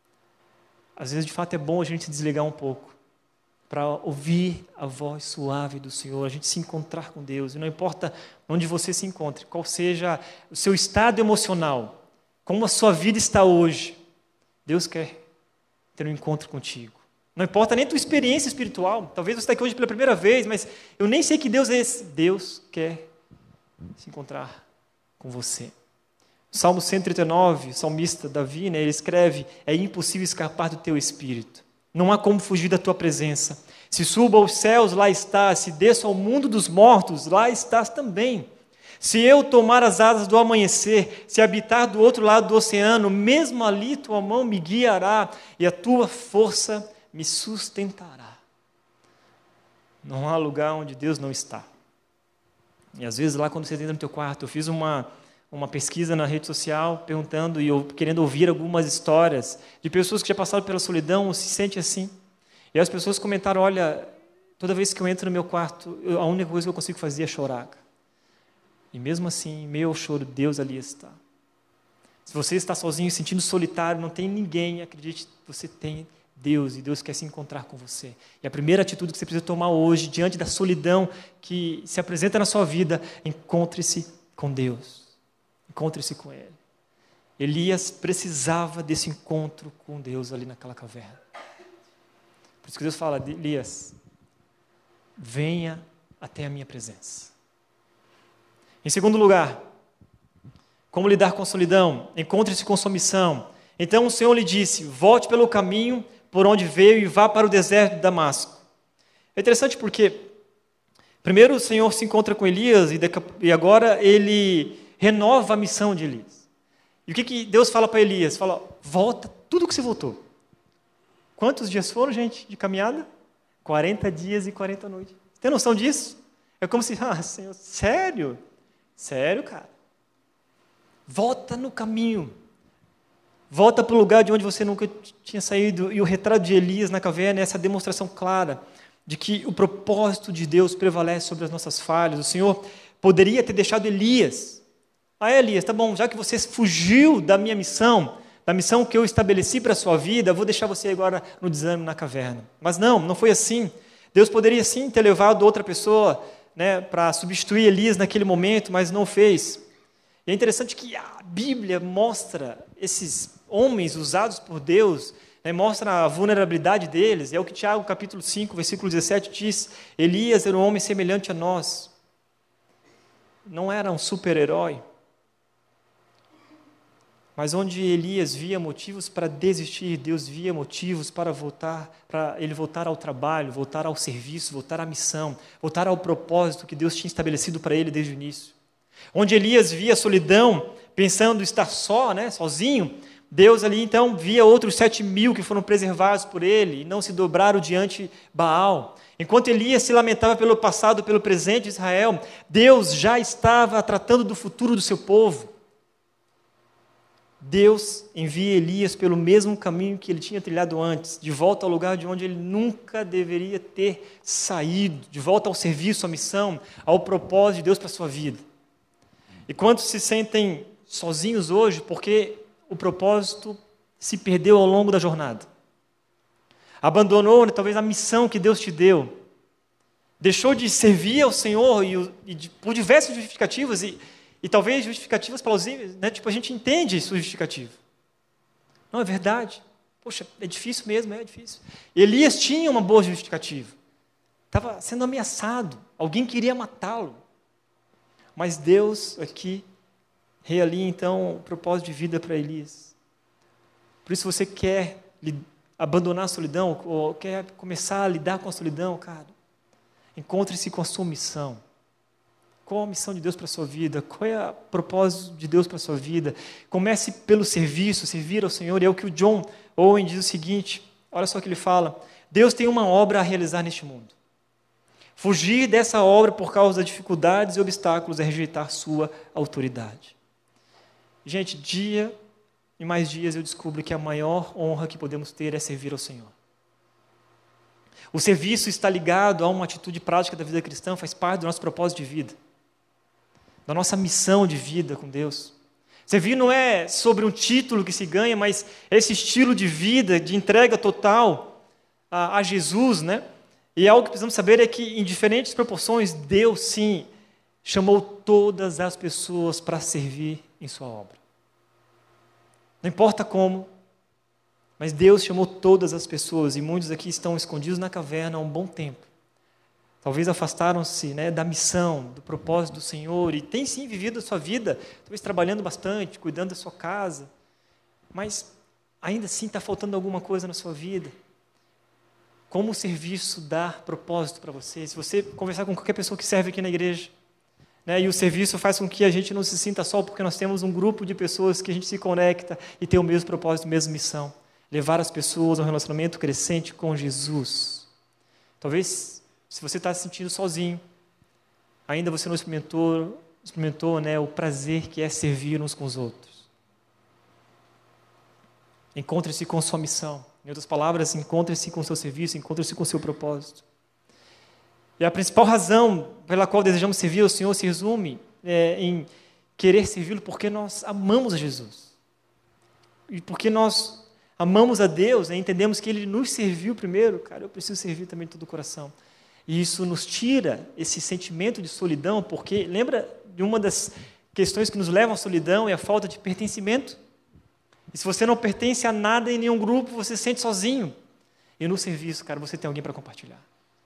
Às vezes, de fato, é bom a gente se desligar um pouco para ouvir a voz suave do Senhor, a gente se encontrar com Deus. E não importa onde você se encontre, qual seja o seu estado emocional, como a sua vida está hoje, Deus quer ter um encontro contigo. Não importa nem a tua experiência espiritual, talvez você está aqui hoje pela primeira vez, mas eu nem sei que Deus é esse. Deus quer se encontrar com você. Salmo cento e trinta e nove, o salmista Davi, né, ele escreve: é impossível escapar do teu espírito, não há como fugir da tua presença. Se subo aos céus, lá estás, se desço ao mundo dos mortos, lá estás também. Se eu tomar as asas do amanhecer, se habitar do outro lado do oceano, mesmo ali tua mão me guiará e a tua força me sustentará. Não há lugar onde Deus não está. E às vezes lá quando você entra no teu quarto, eu fiz uma, uma pesquisa na rede social, perguntando e eu, querendo ouvir algumas histórias de pessoas que já passaram pela solidão ou se sentem assim. E as pessoas comentaram: olha, toda vez que eu entro no meu quarto, eu, a única coisa que eu consigo fazer é chorar. E mesmo assim, em meio ao choro, Deus ali está. Se você está sozinho, sentindo solitário, não tem ninguém, acredite, você tem Deus, e Deus quer se encontrar com você. E a primeira atitude que você precisa tomar hoje, diante da solidão que se apresenta na sua vida, encontre-se com Deus. Encontre-se com Ele. Elias precisava desse encontro com Deus ali naquela caverna. Por isso que Deus fala: Elias, venha até a minha presença. Em segundo lugar, como lidar com a solidão? Encontre-se com sua missão. Então o Senhor lhe disse: volte pelo caminho por onde veio e vá para o deserto de Damasco. É interessante porque primeiro o Senhor se encontra com Elias e agora ele renova a missão de Elias. E o que, que Deus fala para Elias? Fala: volta tudo que você voltou. Quantos dias foram, gente, de caminhada? quarenta dias e quarenta noites. Tem noção disso? É como se, ah, Senhor, sério? Sério, cara? Volta no caminho. Volta para o lugar de onde você nunca tinha saído. E o retrato de Elias na caverna é essa demonstração clara de que o propósito de Deus prevalece sobre as nossas falhas. O Senhor poderia ter deixado Elias. Ah, Elias, tá bom, já que você fugiu da minha missão, da missão que eu estabeleci para a sua vida, eu vou deixar você agora no desânimo na caverna. Mas não, não foi assim. Deus poderia sim ter levado outra pessoa, né, para substituir Elias naquele momento, mas não fez. E é interessante que a Bíblia mostra esses homens usados por Deus, né, mostra a vulnerabilidade deles. É o que Tiago, capítulo cinco, versículo dezessete, diz: Elias era um homem semelhante a nós. Não era um super-herói. Mas onde Elias via motivos para desistir, Deus via motivos para voltar, para ele voltar ao trabalho, voltar ao serviço, voltar à missão, voltar ao propósito que Deus tinha estabelecido para ele desde o início. Onde Elias via a solidão, pensando estar só, né, sozinho, Deus ali então via outros sete mil que foram preservados por ele e não se dobraram diante Baal. Enquanto Elias se lamentava pelo passado, pelo presente de Israel, Deus já estava tratando do futuro do seu povo. Deus envia Elias pelo mesmo caminho que ele tinha trilhado antes, de volta ao lugar de onde ele nunca deveria ter saído, de volta ao serviço, à missão, ao propósito de Deus para a sua vida. E quantos se sentem sozinhos hoje porque o propósito se perdeu ao longo da jornada? Abandonou, né, talvez, a missão que Deus te deu. Deixou de servir ao Senhor e, e de, por diversas justificativas, e, e talvez justificativas plausíveis, né? Tipo, a gente entende sua justificativa. Não, é verdade. Poxa, é difícil mesmo, é difícil. Elias tinha uma boa justificativa. Estava sendo ameaçado, alguém queria matá-lo. Mas Deus aqui realinha, então, o propósito de vida para Elias. Por isso, você quer abandonar a solidão, ou quer começar a lidar com a solidão, cara, encontre-se com a sua missão. Qual a missão de Deus para a sua vida? Qual é o propósito de Deus para a sua vida? Comece pelo serviço, servir ao Senhor. E é o que o John Owen diz o seguinte, olha só o que ele fala: Deus tem uma obra a realizar neste mundo. Fugir dessa obra por causa das dificuldades e obstáculos é rejeitar sua autoridade. Gente, dia e mais dias eu descubro que a maior honra que podemos ter é servir ao Senhor. O serviço está ligado a uma atitude prática da vida cristã, faz parte do nosso propósito de vida, da nossa missão de vida com Deus. Servir não é sobre um título que se ganha, mas esse estilo de vida, de entrega total a, a Jesus, né? E algo que precisamos saber é que, em diferentes proporções, Deus, sim, chamou todas as pessoas para servir em sua obra. Não importa como, mas Deus chamou todas as pessoas, e muitos aqui estão escondidos na caverna há um bom tempo. Talvez afastaram-se, né, da missão, do propósito do Senhor, e têm sim vivido a sua vida, talvez trabalhando bastante, cuidando da sua casa, mas ainda assim está faltando alguma coisa na sua vida. Como o serviço dá propósito para você? Se você conversar com qualquer pessoa que serve aqui na igreja, né, e o serviço faz com que a gente não se sinta só, porque nós temos um grupo de pessoas que a gente se conecta e tem o mesmo propósito, a mesma missão. Levar as pessoas a um relacionamento crescente com Jesus. Talvez, se você está se sentindo sozinho, ainda você não experimentou, experimentou né, o prazer que é servir uns com os outros. Encontre-se com sua missão. Em outras palavras, encontre-se com o seu serviço, encontre-se com o seu propósito. E a principal razão pela qual desejamos servir ao Senhor se resume é, em querer servi-lo porque nós amamos a Jesus. E porque nós amamos a Deus, né, entendemos que Ele nos serviu primeiro, cara, eu preciso servir também de todo o coração. E isso nos tira esse sentimento de solidão, porque lembra de uma das questões que nos levam à solidão é a falta de pertencimento. E se você não pertence a nada em nenhum grupo, você se sente sozinho. E no serviço, cara, você tem alguém para compartilhar.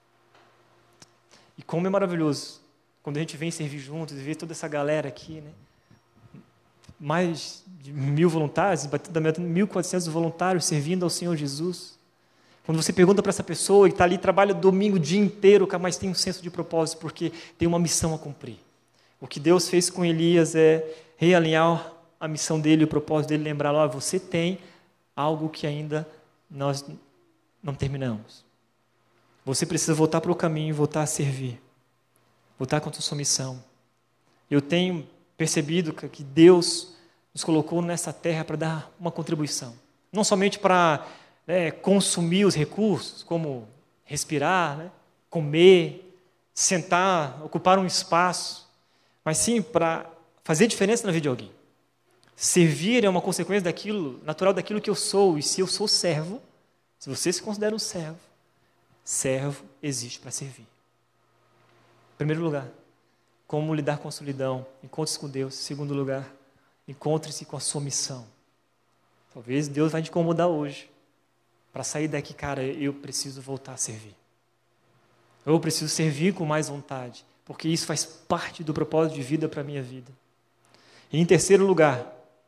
E como é maravilhoso quando a gente vem servir juntos e vê toda essa galera aqui, né? Mais de mil voluntários, batendo mil e quatrocentos voluntários servindo ao Senhor Jesus. Quando você pergunta para essa pessoa e está ali, trabalha domingo o dia inteiro, mas tem um senso de propósito, porque tem uma missão a cumprir. O que Deus fez com Elias é realinhar a missão dele, o propósito dele, lembrar, ó, você tem algo que ainda nós não terminamos. Você precisa voltar para o caminho, voltar a servir, voltar com a sua missão. Eu tenho percebido que Deus nos colocou nessa terra para dar uma contribuição. Não somente para né, consumir os recursos, como respirar, né, comer, sentar, ocupar um espaço, mas sim para fazer diferença na vida de alguém. Servir é uma consequência daquilo, natural daquilo que eu sou, e se eu sou servo, se você se considera um servo, servo existe para servir. Em primeiro lugar, como lidar com a solidão, encontre-se com Deus. Em segundo lugar, encontre-se com a sua missão. Talvez Deus vai te incomodar hoje, para sair daqui, cara, eu preciso voltar a servir. Eu preciso servir com mais vontade, porque isso faz parte do propósito de vida para a minha vida. E em terceiro lugar,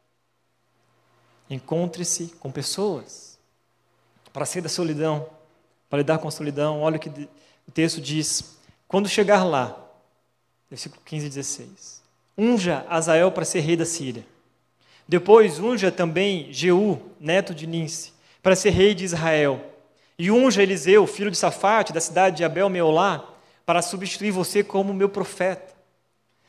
encontre-se com pessoas, para sair da solidão, para lidar com a solidão. Olha o que o texto diz: quando chegar lá, versículo quinze e dezesseis, unja Azael para ser rei da Síria. Depois unja também Jeú, neto de Ninsi, para ser rei de Israel. E unja Eliseu, filho de Safate, da cidade de Abel-Meolá, para substituir você como meu profeta.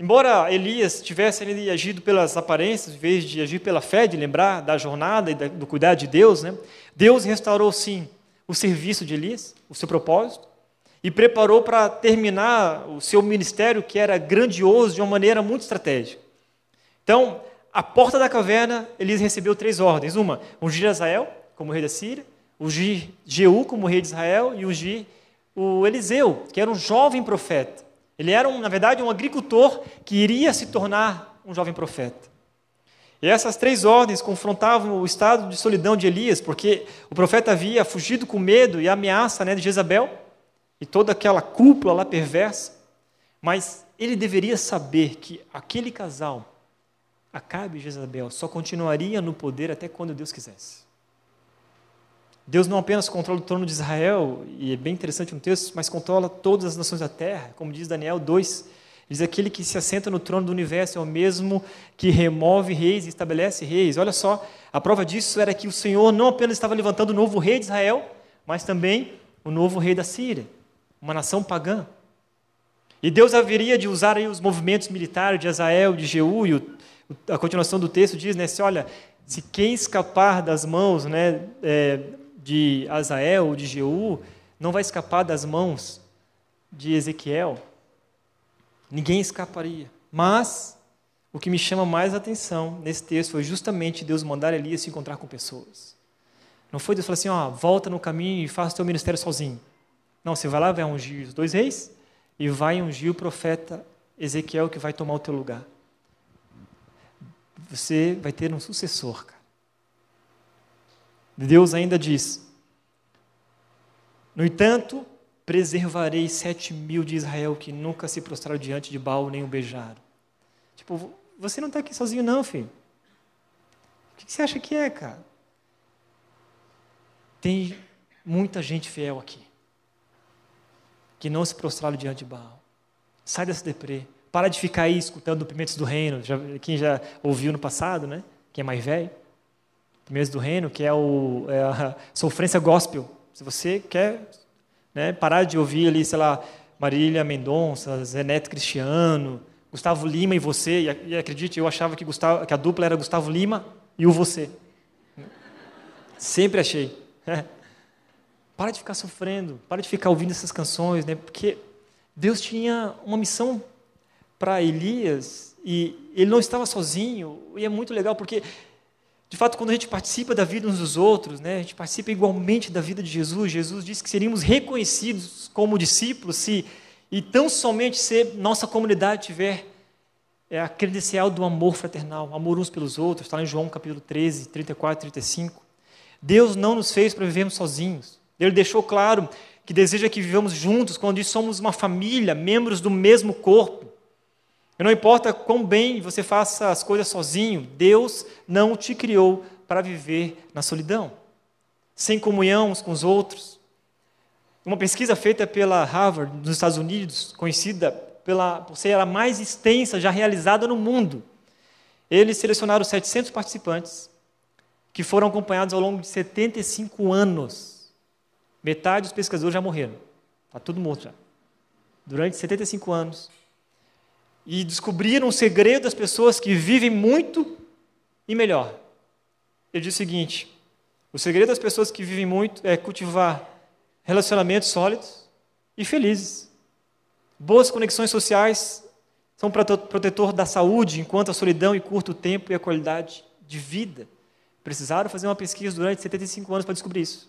Embora Elias tivesse ali agido pelas aparências, em vez de agir pela fé, de lembrar da jornada e do cuidado de Deus, né? Deus restaurou, sim, o serviço de Elias, o seu propósito, e preparou para terminar o seu ministério, que era grandioso, de uma maneira muito estratégica. Então, à porta da caverna, Elias recebeu três ordens. Uma, ungir Azael como rei da Síria, ungir Jeú como rei de Israel e ungir o Eliseu, que era um jovem profeta. Ele era, um, na verdade, um agricultor que iria se tornar um jovem profeta. E essas três ordens confrontavam o estado de solidão de Elias, porque o profeta havia fugido com medo e ameaça, né, de Jezabel, e toda aquela cúpula lá perversa. Mas ele deveria saber que aquele casal, Acabe e Jezabel, só continuaria no poder até quando Deus quisesse. Deus não apenas controla o trono de Israel, e é bem interessante no texto, mas controla todas as nações da terra, como diz Daniel dois. Diz: aquele que se assenta no trono do universo é o mesmo que remove reis e estabelece reis. Olha só, a prova disso era que o Senhor não apenas estava levantando o novo rei de Israel, mas também o novo rei da Síria, uma nação pagã. E Deus haveria de usar aí os movimentos militares de Azael, de Jeú, e o, a continuação do texto diz, né, se, olha, se quem escapar das mãos, né, é, de Azael ou de Jeú, não vai escapar das mãos de Ezequiel. Ninguém escaparia. Mas o que me chama mais a atenção nesse texto foi justamente Deus mandar Elias se encontrar com pessoas. Não foi Deus falar assim, ó, volta no caminho e faça o teu ministério sozinho. Não, você vai lá, vai ungir os dois reis e vai ungir o profeta Ezequiel, que vai tomar o teu lugar. Você vai ter um sucessor, cara. Deus ainda diz: no entanto, preservarei sete mil de Israel que nunca se prostraram diante de Baal nem o beijaram. Tipo, você não está aqui sozinho não, filho. O que você acha que é, cara? Tem muita gente fiel aqui, que não se prostraram diante de Baal. Sai dessa deprê. Para de ficar aí escutando Pimentos do Reino. Já, quem já ouviu no passado, né? Quem é mais velho. Pimentos do Reino, que é, o, é a sofrência gospel. Se você quer, né, parar de ouvir ali, sei lá, Marília Mendonça, Zé Neto Cristiano, Gustavo Lima e você, e, e acredite, eu achava que, Gustavo, que a dupla era Gustavo Lima e o você. Sempre achei. Para de ficar sofrendo, para de ficar ouvindo essas canções, né? Porque Deus tinha uma missão para Elias e ele não estava sozinho, e é muito legal porque, de fato, quando a gente participa da vida uns dos outros, né, a gente participa igualmente da vida de Jesus. Jesus disse que seríamos reconhecidos como discípulos se, e tão somente se nossa comunidade tiver é, a credencial do amor fraternal, amor uns pelos outros, está lá em João capítulo treze, trinta e quatro, trinta e cinco. Deus não nos fez para vivermos sozinhos. Ele deixou claro que deseja que vivamos juntos, quando diz somos uma família, membros do mesmo corpo. E não importa quão bem você faça as coisas sozinho, Deus não te criou para viver na solidão, sem comunhão uns com os outros. Uma pesquisa feita pela Harvard, nos Estados Unidos, conhecida pela, por ser a mais extensa já realizada no mundo, eles selecionaram setecentos participantes que foram acompanhados ao longo de setenta e cinco anos. Metade dos pesquisadores já morreram. Está tudo morto já. Durante setenta e cinco anos. E descobriram o segredo das pessoas que vivem muito e melhor. Ele diz o seguinte: o segredo das pessoas que vivem muito é cultivar relacionamentos sólidos e felizes. Boas conexões sociais são protetor da saúde, enquanto a solidão encurta o tempo e a qualidade de vida. Precisaram fazer uma pesquisa durante setenta e cinco anos para descobrir isso.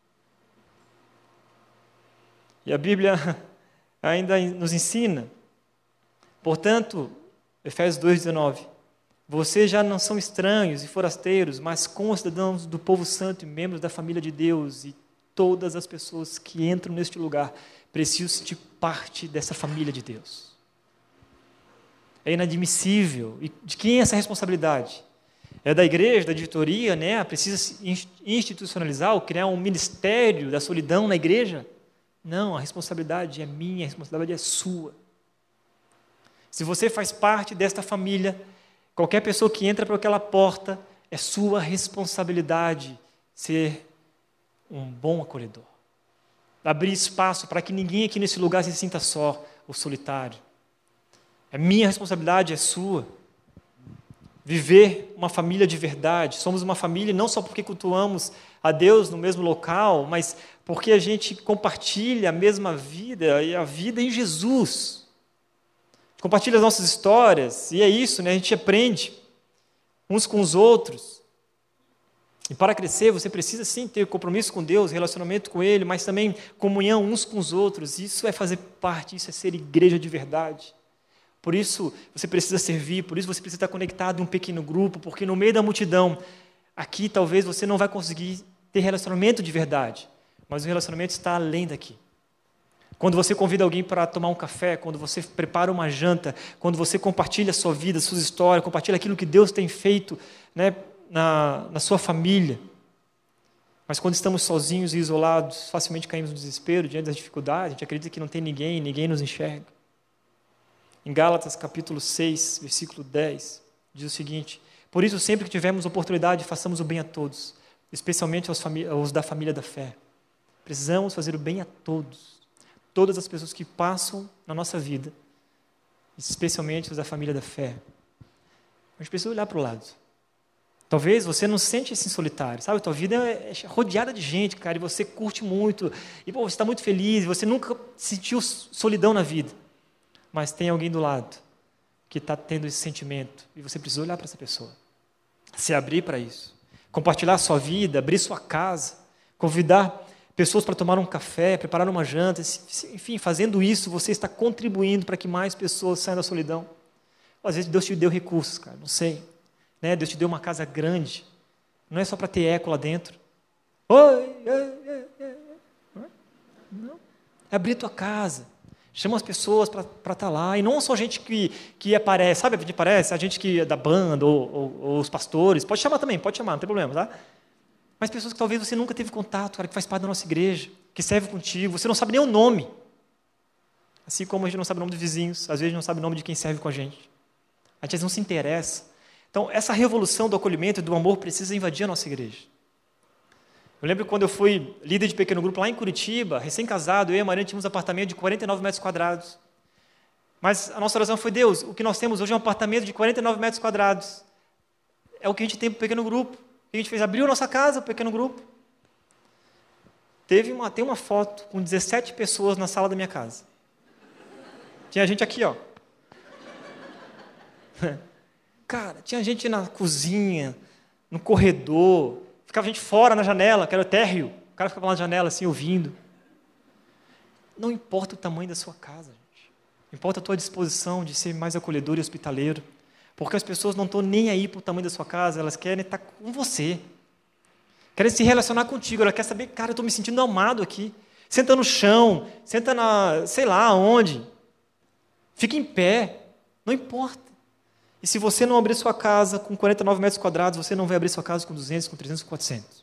E a Bíblia ainda nos ensina, portanto, Efésios dois, dezenove, vocês já não são estranhos e forasteiros, mas concidadãos do povo santo e membros da família de Deus, e todas as pessoas que entram neste lugar precisam sentir parte dessa família de Deus. É inadmissível. E de quem é essa responsabilidade? É da igreja, da diretoria, né? Precisa se institucionalizar ou criar um ministério da solidão na igreja? Não, a responsabilidade é minha, a responsabilidade é sua. Se você faz parte desta família, qualquer pessoa que entra por aquela porta, é sua responsabilidade ser um bom acolhedor. Abrir espaço para que ninguém aqui nesse lugar se sinta só ou solitário. É minha responsabilidade, é sua. Viver uma família de verdade. Somos uma família não só porque cultuamos a Deus no mesmo local, mas porque a gente compartilha a mesma vida e a vida em Jesus. Compartilha as nossas histórias, e é isso, né? A gente aprende uns com os outros. E para crescer, você precisa sim ter compromisso com Deus, relacionamento com Ele, mas também comunhão uns com os outros. Isso é fazer parte, isso é ser igreja de verdade. Por isso você precisa servir, por isso você precisa estar conectado em um pequeno grupo, porque no meio da multidão, aqui talvez você não vai conseguir ter relacionamento de verdade, mas o relacionamento está além daqui. Quando você convida alguém para tomar um café, quando você prepara uma janta, quando você compartilha a sua vida, a sua história, compartilha aquilo que Deus tem feito, né, na, na sua família. Mas quando estamos sozinhos e isolados, facilmente caímos no desespero diante das dificuldades, a gente acredita que não tem ninguém, ninguém nos enxerga. Em Gálatas, capítulo seis, versículo dez, diz o seguinte: por isso, sempre que tivermos oportunidade, façamos o bem a todos, especialmente aos, aos da família da fé. Precisamos fazer o bem a todos, todas as pessoas que passam na nossa vida, especialmente os da família da fé. A gente precisa olhar para o lado. Talvez você não se sente assim solitário, sabe? A tua vida é rodeada de gente, cara, e você curte muito, e pô, você está muito feliz, e você nunca sentiu solidão na vida. Mas tem alguém do lado que está tendo esse sentimento, e você precisa olhar para essa pessoa, se abrir para isso, compartilhar a sua vida, abrir sua casa, convidar pessoas para tomar um café, preparar uma janta, enfim, fazendo isso, você está contribuindo para que mais pessoas saiam da solidão. Às vezes Deus te deu recursos, cara, não sei, né? Deus te deu uma casa grande, não é só para ter eco lá dentro. Oi, oi, oi, oi. Não, é abrir tua casa. Chama as pessoas para estar lá, e não só gente que, que aparece, sabe a gente aparece? A gente que é da banda, ou, ou, ou os pastores, pode chamar também, pode chamar, não tem problema, tá? Mas pessoas que talvez você nunca teve contato, cara, que faz parte da nossa igreja, que serve contigo, você não sabe nem o nome. Assim como a gente não sabe o nome dos vizinhos, às vezes não sabe o nome de quem serve com a gente. A gente às vezes não se interessa. Então, essa revolução do acolhimento e do amor precisa invadir a nossa igreja. Eu lembro quando eu fui líder de pequeno grupo lá em Curitiba, recém-casado, eu e a Mariana tínhamos um apartamento de quarenta e nove metros quadrados. Mas a nossa oração foi: Deus, o que nós temos hoje é um apartamento de quarenta e nove metros quadrados. É o que a gente tem para o pequeno grupo. A gente fez, abriu a nossa casa, o pequeno grupo. Teve uma, tem uma foto com dezessete pessoas na sala da minha casa. Tinha gente aqui, ó. Cara, tinha gente na cozinha, no corredor, ficava gente fora na janela, que era o térreo. O cara ficava lá na janela assim, ouvindo. Não importa o tamanho da sua casa, gente. Importa a tua disposição de ser mais acolhedor e hospitaleiro. Porque as pessoas não estão nem aí para o tamanho da sua casa, elas querem estar com você. Querem se relacionar contigo, ela quer saber, cara, eu estou me sentindo amado aqui. Senta no chão, senta na, sei lá onde. Fica em pé, não importa. E se você não abrir sua casa com quarenta e nove metros quadrados, você não vai abrir sua casa com duzentos, com trezentos, com quatrocentos.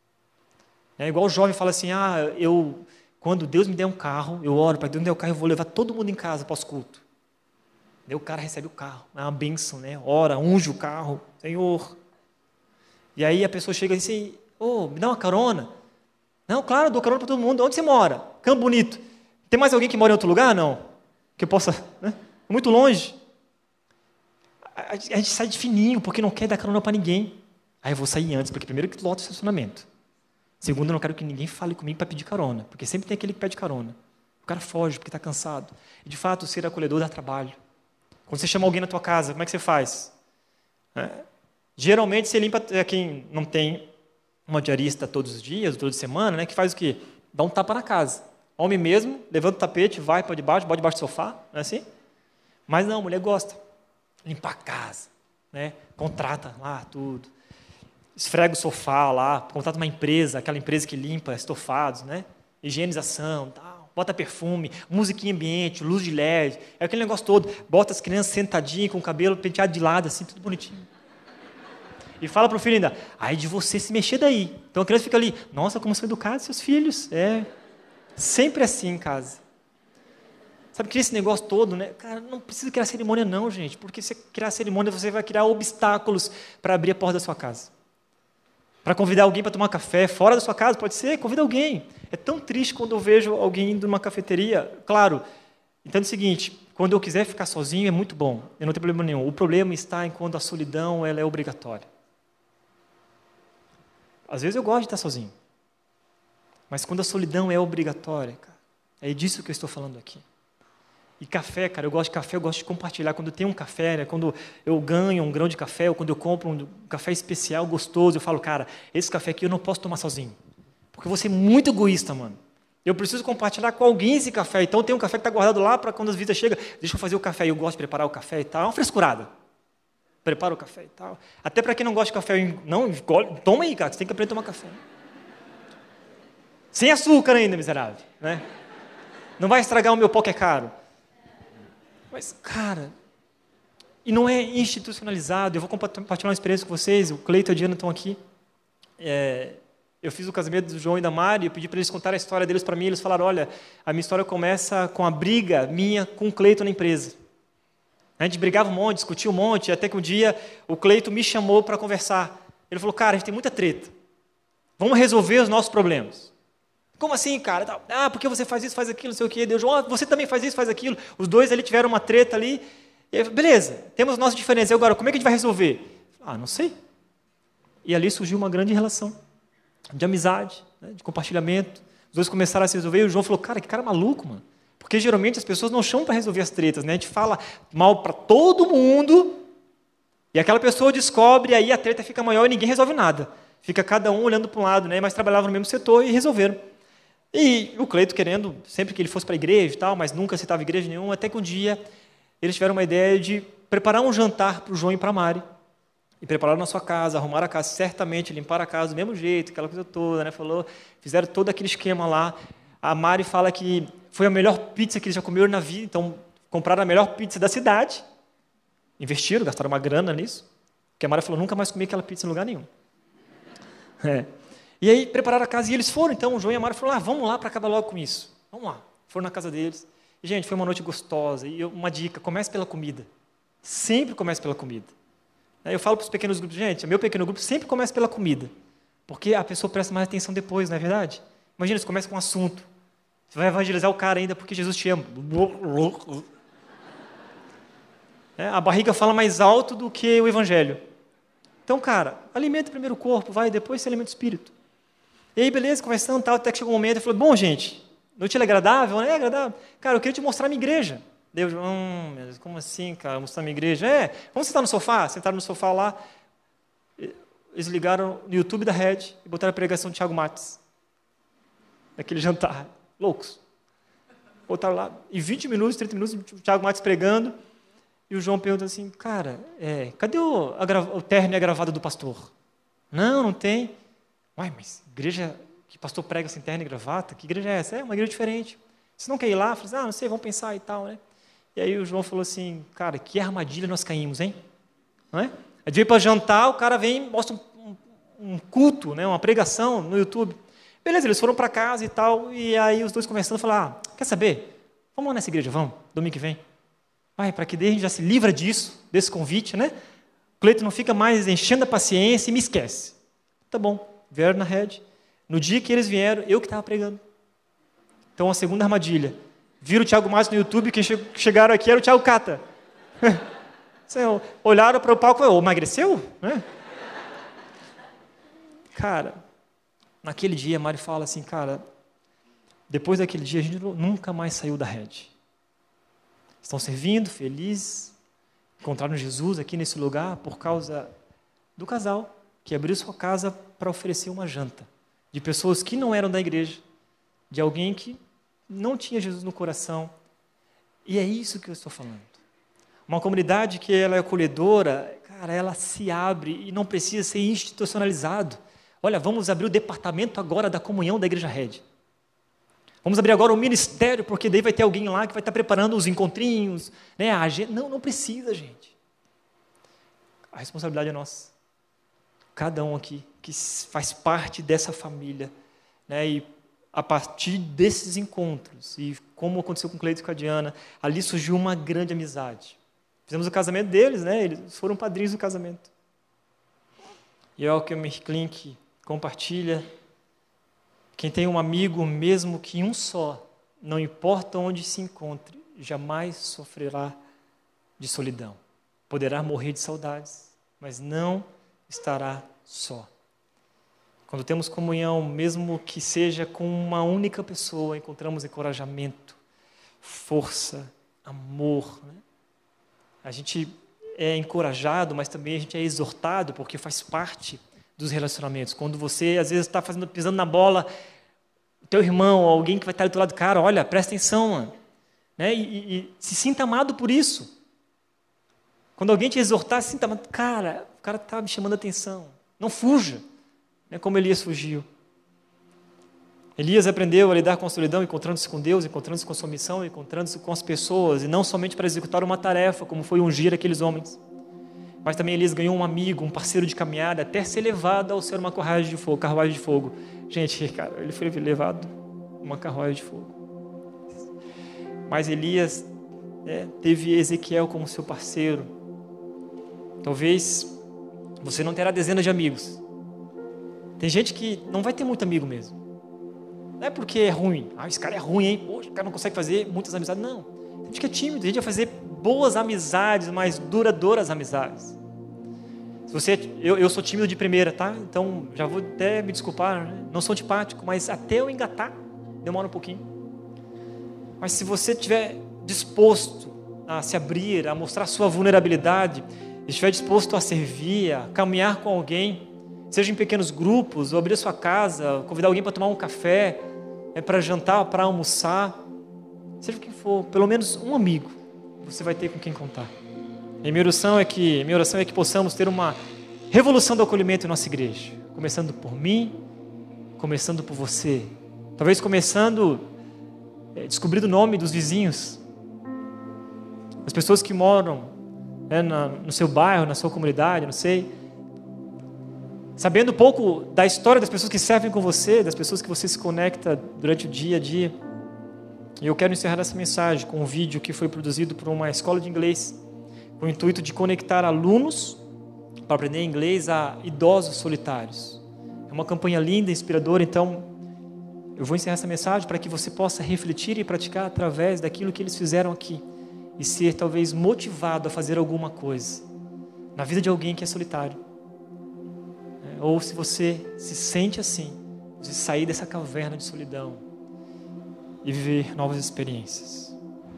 É igual o jovem fala assim, ah, eu, quando Deus me der um carro, eu oro para Deus me der um carro, eu vou levar todo mundo em casa pós-culto. Daí o cara recebe o carro, é uma bênção, né? Ora, unge o carro, Senhor. E aí a pessoa chega e diz assim, ô, oh, me dá uma carona. Não, claro, dou carona para todo mundo. Onde você mora? Campo Bonito. Tem mais alguém que mora em outro lugar? Não. Que eu possa, né? Muito longe. A gente sai de fininho, porque não quer dar carona para ninguém. Aí eu vou sair antes, porque primeiro que loto o estacionamento. Segundo, eu não quero que ninguém fale comigo para pedir carona, porque sempre tem aquele que pede carona. O cara foge porque está cansado. E, de fato, ser acolhedor dá trabalho. Quando você chama alguém na tua casa, como é que você faz? É. Geralmente, você limpa quem não tem uma diarista todos os dias, toda semana, né, que faz o quê? Dá um tapa na casa. Homem mesmo, levanta o tapete, vai para debaixo, bota debaixo do sofá, não é assim? Mas não, a mulher gosta. Limpar a casa, né? Contrata lá tudo. Esfrega o sofá lá, contrata uma empresa, aquela empresa que limpa estofados, né? Higienização, tal. Bota perfume, musiquinha ambiente, luz de L E D, é aquele negócio todo. Bota as crianças sentadinhas, com o cabelo penteado de lado, assim, tudo bonitinho. E fala para o filho ainda, ai de você se mexer daí. Então a criança fica ali, nossa, como são educados seus filhos. É sempre assim em casa. Sabe, criar esse negócio todo, né? Cara, não precisa criar cerimônia não, gente, porque se criar cerimônia, você vai criar obstáculos para abrir a porta da sua casa. Para convidar alguém para tomar café fora da sua casa, pode ser, convida alguém. É tão triste quando eu vejo alguém indo numa cafeteria, claro, Então é o seguinte, quando eu quiser ficar sozinho é muito bom, eu não tenho problema nenhum. O problema está em quando a solidão ela é obrigatória. Às vezes eu gosto de estar sozinho, mas quando a solidão é obrigatória, cara, é disso que eu estou falando aqui. E café, cara, eu gosto de café, eu gosto de compartilhar. Quando eu tenho um café, né, quando eu ganho um grão de café, ou quando eu compro um café especial, gostoso, eu falo, cara, esse café aqui eu não posso tomar sozinho, porque eu vou ser muito egoísta, mano. Eu preciso compartilhar com alguém esse café. Então tem um café que está guardado lá para quando as visitas chegam, deixa eu fazer o café. Eu gosto de preparar o café e tal. É uma frescurada. Prepara o café e tal. Até para quem não gosta de café, não, toma aí, cara, você tem que aprender a tomar café. Sem açúcar ainda, miserável, né? Não vai estragar o meu pó que é caro. Mas, cara, e não é institucionalizado. Eu vou compartilhar uma experiência com vocês. O Cleito e a Diana estão aqui. É... Eu fiz o casamento do João e da Mari, eu pedi para eles contarem a história deles para mim, eles falaram, olha, a minha história começa com a briga minha com o Cleito na empresa. A gente brigava um monte, discutia um monte, até que um dia o Cleito me chamou para conversar. Ele falou, cara, a gente tem muita treta, vamos resolver os nossos problemas. Como assim, cara? Ah, porque você faz isso, faz aquilo, não sei o quê. Deus, João, você também faz isso, faz aquilo. Os dois ali tiveram uma treta ali. E eu, beleza, temos nossas diferenças. Agora, como é que a gente vai resolver? Ah, não sei. E ali surgiu uma grande relação de amizade, né, de compartilhamento. Os dois começaram a se resolver e o João falou, cara, que cara maluco, mano. Porque geralmente as pessoas não chamam para resolver as tretas, né? A gente fala mal para todo mundo e aquela pessoa descobre, aí a treta fica maior e ninguém resolve nada. Fica cada um olhando para um lado, né? Mas trabalhavam no mesmo setor e resolveram. E o Cleito querendo, sempre que ele fosse para a igreja e tal, mas nunca citava igreja nenhuma, até que um dia eles tiveram uma ideia de preparar um jantar para o João e para a Mari. E prepararam na sua casa, arrumaram a casa, certamente limparam a casa do mesmo jeito, aquela coisa toda, né? Falou, fizeram todo aquele esquema lá. A Mari fala que foi a melhor pizza que eles já comeram na vida, então compraram a melhor pizza da cidade, investiram, gastaram uma grana nisso, porque a Mari falou, nunca mais comi aquela pizza em lugar nenhum. É. E aí prepararam a casa e eles foram, então o João e a Mari falaram, ah, vamos lá para acabar logo com isso. Vamos lá. Foram na casa deles. E, gente, foi uma noite gostosa. E uma dica, comece pela comida. Sempre comece pela comida. Eu falo para os pequenos grupos, gente, meu pequeno grupo sempre começa pela comida, porque a pessoa presta mais atenção depois, não é verdade? Imagina, você começa com um assunto, você vai evangelizar o cara ainda porque Jesus te ama. É, a barriga fala mais alto do que o evangelho. Então, cara, alimenta primeiro o corpo, vai, depois você alimenta o espírito. E aí, beleza, conversando, tal, até que chegou um momento, eu falei, bom, gente, noite é agradável, né? É agradável. Cara, eu queria te mostrar a minha igreja. Deus, hum, meu Deus, como assim, cara, mostrar a minha igreja? É, vamos sentar no sofá? Sentaram no sofá lá, eles ligaram no YouTube da Red e botaram a pregação de Thiago Matos, naquele jantar, loucos. Botaram lá, em vinte minutos, trinta minutos, o Thiago Matos pregando, e o João pergunta assim, cara, é, cadê o, a, o terno e a gravata do pastor? Não, não tem. Uai, mas igreja que pastor prega sem terno e gravata, que igreja é essa? É uma igreja diferente. Você não quer ir lá? Eu falei, ah, não sei, vamos pensar e tal, né? E aí o João falou assim, cara, que armadilha nós caímos, hein? Não é? A gente veio para jantar, o cara vem e mostra um, um, um culto, né, uma pregação no YouTube. Beleza, eles foram para casa e tal, e aí os dois conversando, falaram, ah, quer saber? Vamos lá nessa igreja, vamos, domingo que vem. Vai, para que daí a gente já se livra disso, desse convite, né? O Cleito não fica mais enchendo a paciência e me esquece. Tá bom, vieram na rede. No dia que eles vieram, eu que estava pregando. Então, a segunda armadilha. Viram o Thiago Matos no YouTube, quem che chegaram aqui era o Thiago Cata. Olharam para o palco e falaram, emagreceu? Né? Cara, naquele dia, a Mari fala assim, cara, depois daquele dia, a gente nunca mais saiu da rede. Estão servindo, felizes, encontraram Jesus aqui nesse lugar por causa do casal que abriu sua casa para oferecer uma janta, de pessoas que não eram da igreja, de alguém que não tinha Jesus no coração. E é isso que eu estou falando. Uma comunidade que ela é acolhedora, cara, ela se abre e não precisa ser institucionalizado. Olha, vamos abrir o departamento agora da comunhão da Igreja Red. Vamos abrir agora o ministério, porque daí vai ter alguém lá que vai estar preparando os encontrinhos, né, a agenda. Não, não precisa, gente. A responsabilidade é nossa. Cada um aqui que faz parte dessa família, né, e a partir desses encontros, e como aconteceu com o Cleito e com a Diana, ali surgiu uma grande amizade. Fizemos o casamento deles, né, eles foram padrinhos do casamento. E é o que o Merklink compartilha. Quem tem um amigo, mesmo que um só, não importa onde se encontre, jamais sofrerá de solidão. Poderá morrer de saudades, mas não estará só. Quando temos comunhão, mesmo que seja com uma única pessoa, encontramos encorajamento, força, amor. Né? A gente é encorajado, mas também a gente é exortado, porque faz parte dos relacionamentos. Quando você, às vezes, está fazendo, pisando na bola, o teu irmão, alguém que vai estar do teu lado, cara, olha, presta atenção, mano. Né? E, e, e se sinta amado por isso. Quando alguém te exortar, se sinta amado. Cara, o cara está me chamando a atenção. Não fuja. Né? Como Elias fugiu. Elias aprendeu a lidar com a solidão, encontrando-se com Deus, encontrando-se com a sua missão, encontrando-se com as pessoas, e não somente para executar uma tarefa, como foi ungir aqueles homens. Mas também Elias ganhou um amigo, um parceiro de caminhada, até ser levado ao ser uma carruagem de fogo. Carruagem de fogo. Gente, cara, ele foi levado uma carruagem de fogo. Mas Elias né, teve Ezequiel como seu parceiro. Talvez você não terá dezenas de amigos. Tem gente que não vai ter muito amigo mesmo. Não é porque é ruim. Ah, esse cara é ruim, hein? Poxa, o cara não consegue fazer muitas amizades. Não. Tem gente que é tímido. A gente vai fazer boas amizades, mas duradouras amizades. Se você, eu, eu sou tímido de primeira, tá? Então, já vou até me desculpar. Né? Não sou antipático, mas até eu engatar, demora um pouquinho. Mas se você estiver disposto a se abrir, a mostrar sua vulnerabilidade, estiver disposto a servir, a caminhar com alguém, seja em pequenos grupos, ou abrir a sua casa, convidar alguém para tomar um café, é, para jantar, para almoçar, seja o que for, pelo menos um amigo você vai ter com quem contar. E minha oração é que, minha oração é que possamos ter uma revolução do acolhimento em nossa igreja, começando por mim, começando por você, talvez começando é, descobrindo o nome dos vizinhos, as pessoas que moram é, na, no seu bairro, na sua comunidade, não sei, sabendo um pouco da história das pessoas que servem com você, das pessoas que você se conecta durante o dia a dia. E eu quero encerrar essa mensagem com um vídeo que foi produzido por uma escola de inglês, com o intuito de conectar alunos para aprender inglês a idosos solitários. É uma campanha linda, inspiradora, então eu vou encerrar essa mensagem para que você possa refletir e praticar através daquilo que eles fizeram aqui e ser talvez motivado a fazer alguma coisa na vida de alguém que é solitário. Ou se você se sente assim, você sair dessa caverna de solidão e viver novas experiências.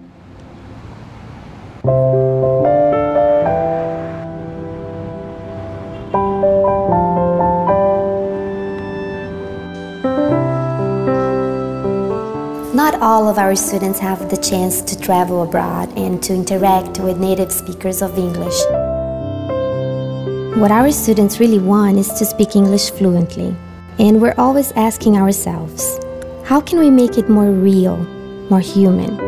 Not all of our students have the chance to travel abroad and to interact with native speakers of English. What our students really want is to speak English fluently. And we're always asking ourselves, how can we make it more real, more human?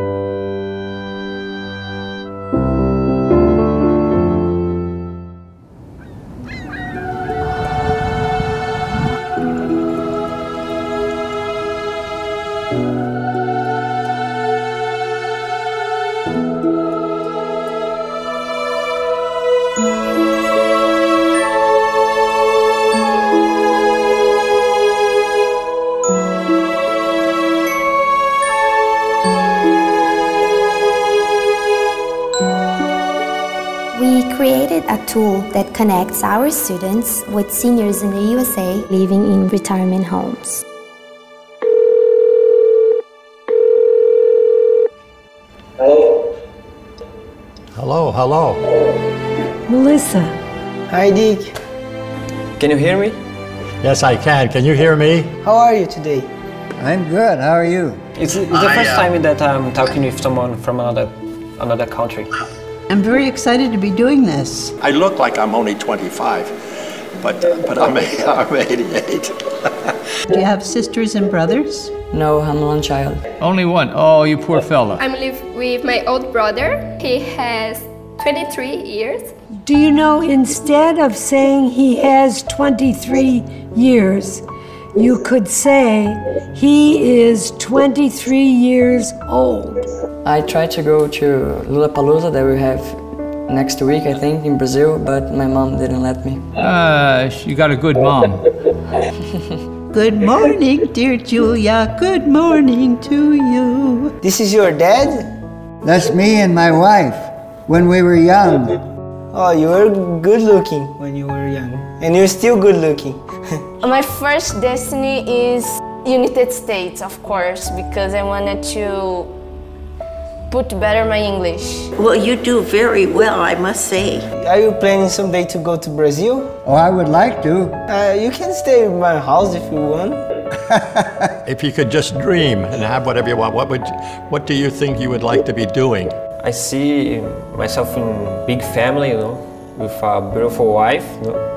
A tool that connects our students with seniors in the U S A living in retirement homes. Hello. Hello, hello. Melissa. Hi, Dick. Can you hear me? Yes, I can. Can you hear me? How are you today? I'm good. How are you? It's, it's the first time that I'm talking with someone from another another country. I'm very excited to be doing this. I look like I'm only twenty-five, but but I'm I'm eighty-eight. Do you have sisters and brothers? No, I'm one child. Only one? Oh, you poor fella. I'm live with my old brother. He has twenty-three years. Do you know, instead of saying he has twenty-three years, you could say he is twenty-three years old. I tried to go to Lollapalooza that we have next week, I think, in Brazil, but my mom didn't let me. Uh, you got a good mom. Good morning, dear Julia. Good morning to you. This is your dad? That's me and my wife when we were young. Oh, you were good looking when you were young. And you're still good looking. My first destiny is United States, of course, because I wanted to put better my English. Well, you do very well, I must say. Are you planning someday to go to Brazil? Oh, I would like to. Uh, you can stay in my house if you want. If you could just dream and have whatever you want, what would, what do you think you would like to be doing? I see myself in a big family, you know, with a beautiful wife, you know.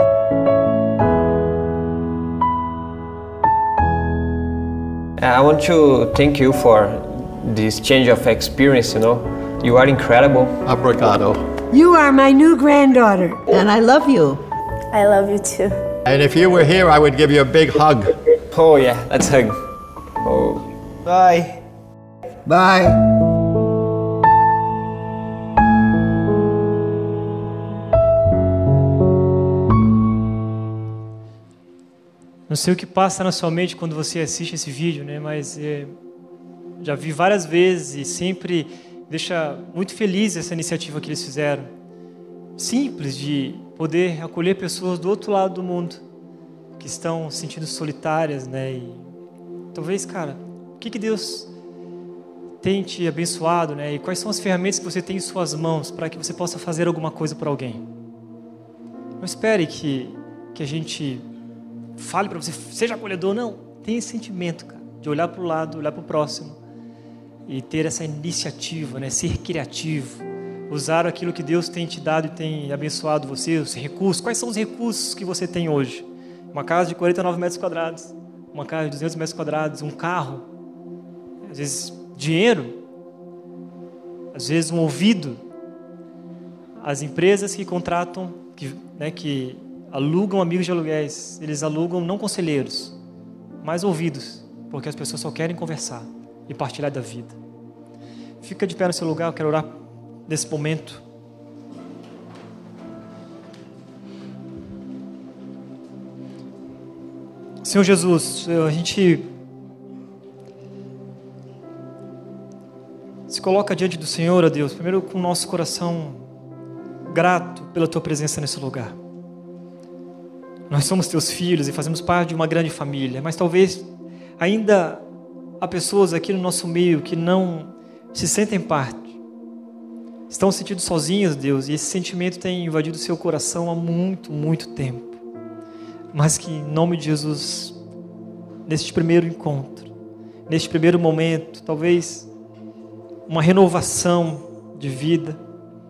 I want to thank you for this change of experience, you know. You are incredible. Obrigado. You are my new granddaughter. And I love you. I love you too. And if you were here, I would give you a big hug. Oh yeah, let's hug. Oh. Bye. Bye. Não sei o que passa na sua mente quando você assiste esse vídeo, né? Mas é, já vi várias vezes e sempre deixa muito feliz essa iniciativa que eles fizeram. Simples, de poder acolher pessoas do outro lado do mundo que estão se sentindo solitárias, né? E talvez, cara, o que que Deus tem te abençoado, né? E quais são as ferramentas que você tem em suas mãos para que você possa fazer alguma coisa para alguém? Não espere que que a gente fale para você, seja acolhedor, não. Tem esse sentimento, cara, de olhar para o lado, olhar para o próximo e ter essa iniciativa, né? Ser criativo, usar aquilo que Deus tem te dado e tem abençoado você, os recursos. Quais são os recursos que você tem hoje? Uma casa de quarenta e nove metros quadrados, uma casa de duzentos metros quadrados, um carro, às vezes dinheiro, às vezes um ouvido. As empresas que contratam, que, né, que alugam amigos de aluguéis, eles alugam não conselheiros, mas ouvidos, porque as pessoas só querem conversar e partilhar da vida. Fica de pé no seu lugar, eu quero orar nesse momento. Senhor Jesus, a gente se coloca diante do Senhor, ó Deus, primeiro com o nosso coração grato pela Tua presença nesse lugar. Nós somos Teus filhos e fazemos parte de uma grande família, mas talvez ainda há pessoas aqui no nosso meio que não se sentem parte, estão se sentindo sozinhos, Deus, e esse sentimento tem invadido o seu coração há muito, muito tempo. Mas que em nome de Jesus, neste primeiro encontro, neste primeiro momento, talvez uma renovação de vida,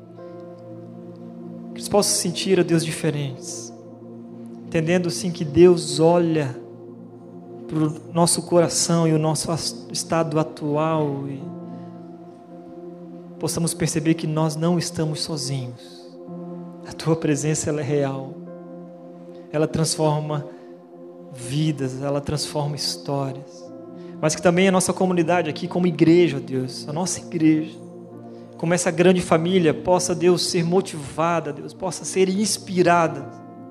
que eles possam se sentir, ó Deus, diferentes, entendendo sim que Deus olha para o nosso coração e o nosso estado atual e possamos perceber que nós não estamos sozinhos. A Tua presença, ela é real. Ela transforma vidas, ela transforma histórias. Mas que também a nossa comunidade aqui, como igreja, Deus, a nossa igreja, como essa grande família, possa, Deus, ser motivada, Deus, possa ser inspirada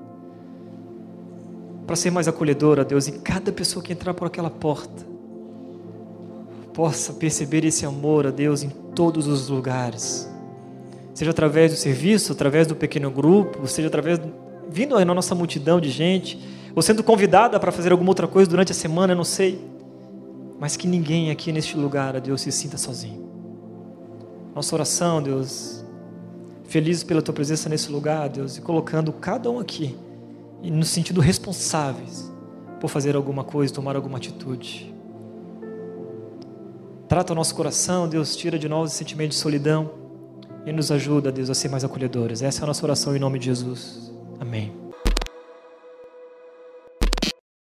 para ser mais acolhedora, Deus, e cada pessoa que entrar por aquela porta possa perceber esse amor, a Deus, em todos os lugares. Seja através do serviço, através do pequeno grupo, seja através do vindo aí na nossa multidão de gente, ou sendo convidada para fazer alguma outra coisa durante a semana, eu não sei, mas que ninguém aqui neste lugar, ó Deus, se sinta sozinho. Nossa oração, Deus, felizes pela Tua presença nesse lugar, Deus, e colocando cada um aqui, e no sentido responsáveis, por fazer alguma coisa, tomar alguma atitude. Trata o nosso coração, Deus, tira de nós o sentimento de solidão, e nos ajuda, Deus, a ser mais acolhedores. Essa é a nossa oração em nome de Jesus. Amém.